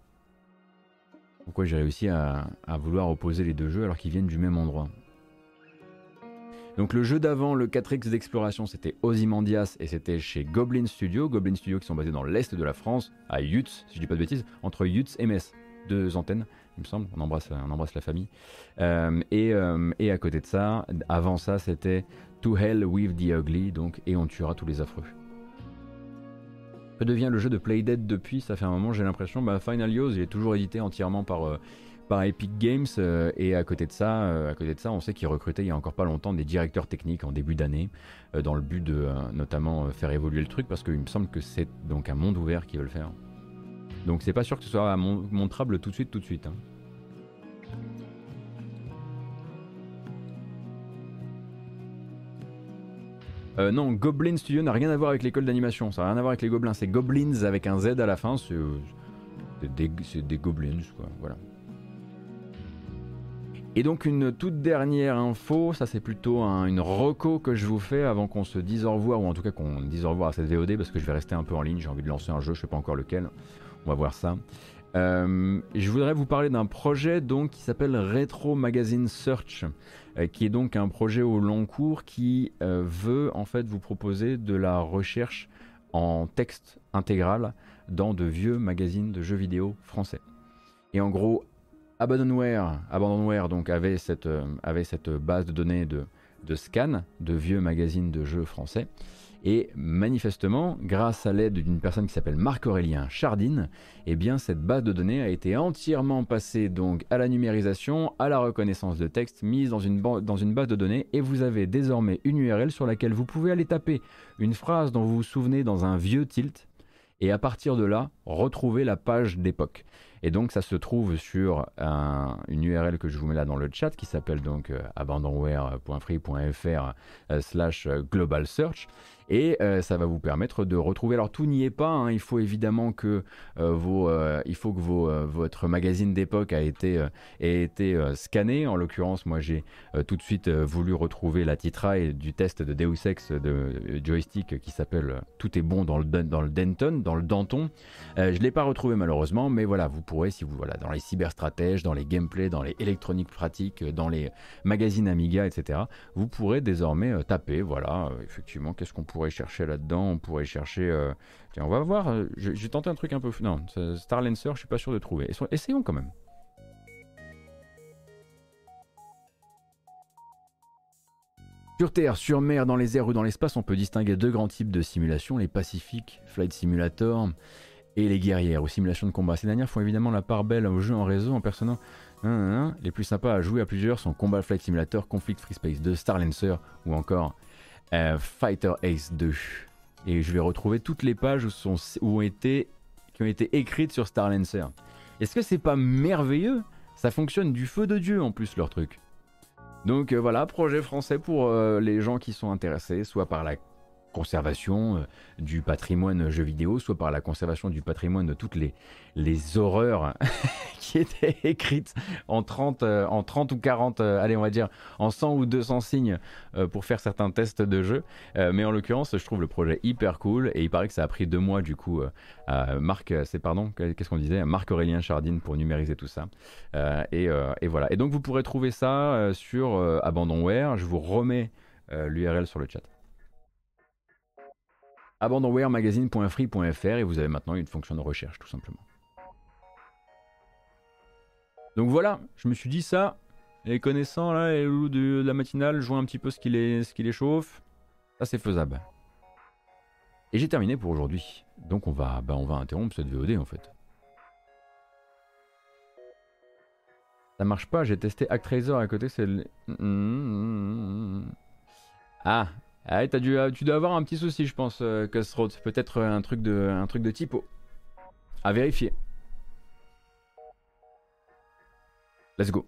à vouloir opposer les deux jeux alors qu'ils viennent du même endroit. Donc le jeu d'avant, le 4X d'exploration, c'était Ozymandias et c'était chez Goblin Studio. Goblin Studio qui sont basés dans l'est de la France, à Yutz, si je dis pas de bêtises, entre Yutz et Metz. 2 antennes, il me semble, on embrasse la famille. Et à côté de ça, avant ça, c'était To Hell with the Ugly, donc Et on tuera tous les affreux. Que devient le jeu de Playdead depuis? Ça fait un moment, j'ai l'impression. Final Yours, il est toujours édité entièrement par Epic Games, et à côté de ça, on sait qu'ils recrutaient il y a encore pas longtemps des directeurs techniques en début d'année, dans le but de notamment faire évoluer le truc, parce qu'il me semble que c'est donc un monde ouvert qu'ils veulent faire. Donc c'est pas sûr que ce soit montrable tout de suite. Hein. Non, Goblin Studio n'a rien à voir avec l'école d'animation, ça n'a rien à voir avec les gobelins, c'est Goblins avec un Z à la fin, c'est des goblins, quoi, voilà. Et donc une toute dernière info, ça c'est plutôt une reco que je vous fais avant qu'on se dise au revoir, ou en tout cas qu'on dise au revoir à cette VOD, parce que je vais rester un peu en ligne, j'ai envie de lancer un jeu, je sais pas encore lequel, on va voir ça. Je voudrais vous parler d'un projet donc qui s'appelle Retro Magazine Search. qui est donc un projet au long cours qui veut en fait vous proposer de la recherche en texte intégral dans de vieux magazines de jeux vidéo français. Et en gros, Abandonware donc avait cette base de données de scan de vieux magazines de jeux français. Et manifestement, grâce à l'aide d'une personne qui s'appelle Marc-Aurélien Chardine, eh bien cette base de données a été entièrement passée donc à la numérisation, à la reconnaissance de texte, mise dans une base de données, et vous avez désormais une URL sur laquelle vous pouvez aller taper une phrase dont vous vous souvenez dans un vieux tilt, et à partir de là, retrouver la page d'époque. Et donc ça se trouve sur une URL que je vous mets là dans le chat qui s'appelle donc abandonware.free.fr/global search. Et ça va vous permettre de retrouver. Alors tout n'y est pas, hein, il faut évidemment que votre magazine d'époque ait été scanné. En l'occurrence, moi j'ai tout de suite voulu retrouver la titraille du test de Deus Ex de Joystick qui s'appelle Tout est bon dans le Denton, dans le Danton. Je ne l'ai pas retrouvé malheureusement, mais voilà, vous pourrez, si vous dans les cyberstratèges, dans les gameplays, dans les électroniques pratiques, dans les magazines Amiga, etc. Vous pourrez désormais taper, voilà, effectivement, qu'est-ce qu'on pourrait chercher là-dedans? On pourrait chercher... tiens, on va voir, j'ai tenté un truc un peu... Non, Star Lancer, je suis pas sûr de trouver. Essayons quand même. Sur Terre, sur mer, dans les airs ou dans l'espace, on peut distinguer deux grands types de simulations, les Pacific Flight Simulator et les guerrières, ou simulations de combat. Ces dernières font évidemment la part belle aux jeux en réseau en personnant. Les plus sympas à jouer à plusieurs sont Combat Flight Simulator, Conflict Free Space 2, Star Lancer ou encore Fighter Ace 2. Et je vais retrouver toutes les pages qui ont été écrites sur Star Lancer. Est-ce que c'est pas merveilleux? Ça fonctionne du feu de Dieu en plus leur truc. Donc voilà, projet français pour les gens qui sont intéressés, soit par la conservation du patrimoine jeux vidéo, soit par la conservation du patrimoine de toutes les horreurs qui étaient écrites en 30 ou 40, allez on va dire en 100 ou 200 signes pour faire certains tests de jeu. Mais en l'occurrence, je trouve le projet hyper cool et il paraît que ça a pris 2 mois du coup à qu'est-ce qu'on disait, Marc-Aurélien Chardine pour numériser tout ça. Et voilà. Et donc vous pourrez trouver ça sur Abandonware. Je vous remets l'URL sur le chat. abandonwaremagazine.free.fr et vous avez maintenant une fonction de recherche tout simplement. Donc voilà, je me suis dit ça, les connaissants là, les loups de la matinale, je vois un petit peu ce qui les chauffe, ça c'est faisable. Et j'ai terminé pour aujourd'hui, donc on va interrompre cette VOD en fait. Ça marche pas, j'ai testé Actraiser à côté, c'est le... Ah, tu dois avoir un petit souci, je pense, Cutthroat. Peut-être un truc de typo. À vérifier. Let's go.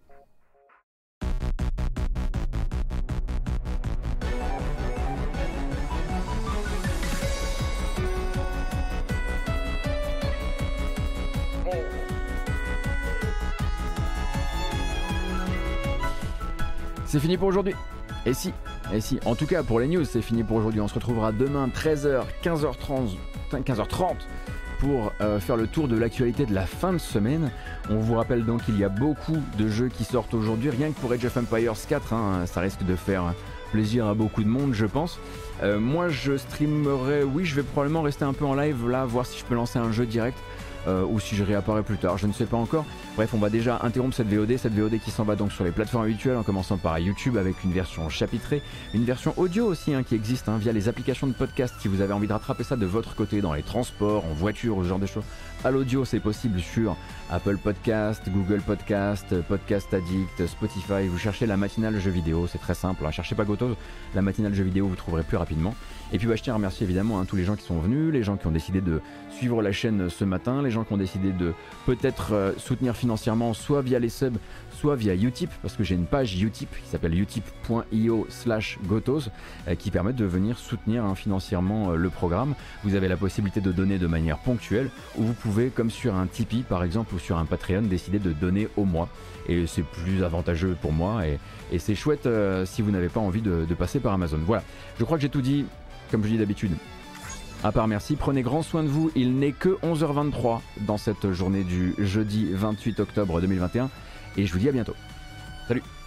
C'est fini pour aujourd'hui. Et si, en tout cas pour les news, c'est fini pour aujourd'hui. On se retrouvera demain 13h, 15h30 pour faire le tour de l'actualité de la fin de semaine. On vous rappelle donc qu'il y a beaucoup de jeux qui sortent aujourd'hui, rien que pour Age of Empires 4, hein, ça risque de faire plaisir à beaucoup de monde je pense. Moi je streamerai, oui je vais probablement rester un peu en live là, voir si je peux lancer un jeu direct. Ou si je réapparais plus tard, je ne sais pas encore. Bref, on va déjà interrompre cette VOD qui s'en va donc sur les plateformes habituelles, en commençant par YouTube avec une version chapitrée, une version audio aussi qui existe via les applications de podcast. Si vous avez envie de rattraper ça de votre côté, dans les transports, en voiture, ou ce genre de choses, à l'audio c'est possible sur Apple Podcast, Google Podcast, Podcast Addict, Spotify. Vous cherchez la matinale jeux vidéo, c'est très simple, cherchez pas Gotos, la matinale jeux vidéo vous trouverez plus rapidement. Et puis je tiens à remercier évidemment tous les gens qui sont venus, les gens qui ont décidé de suivre la chaîne ce matin, les gens qui ont décidé de peut-être soutenir financièrement soit via les subs, soit via Utip, parce que j'ai une page Utip qui s'appelle utip.io/gotos qui permet de venir soutenir financièrement le programme. Vous avez la possibilité de donner de manière ponctuelle, ou vous pouvez, comme sur un Tipeee par exemple, ou sur un Patreon, décider de donner au mois. Et c'est plus avantageux pour moi, et c'est chouette si vous n'avez pas envie de passer par Amazon. Voilà, je crois que j'ai tout dit, comme je dis d'habitude. À part merci, prenez grand soin de vous, il n'est que 11h23 dans cette journée du jeudi 28 octobre 2021 et je vous dis à bientôt. Salut!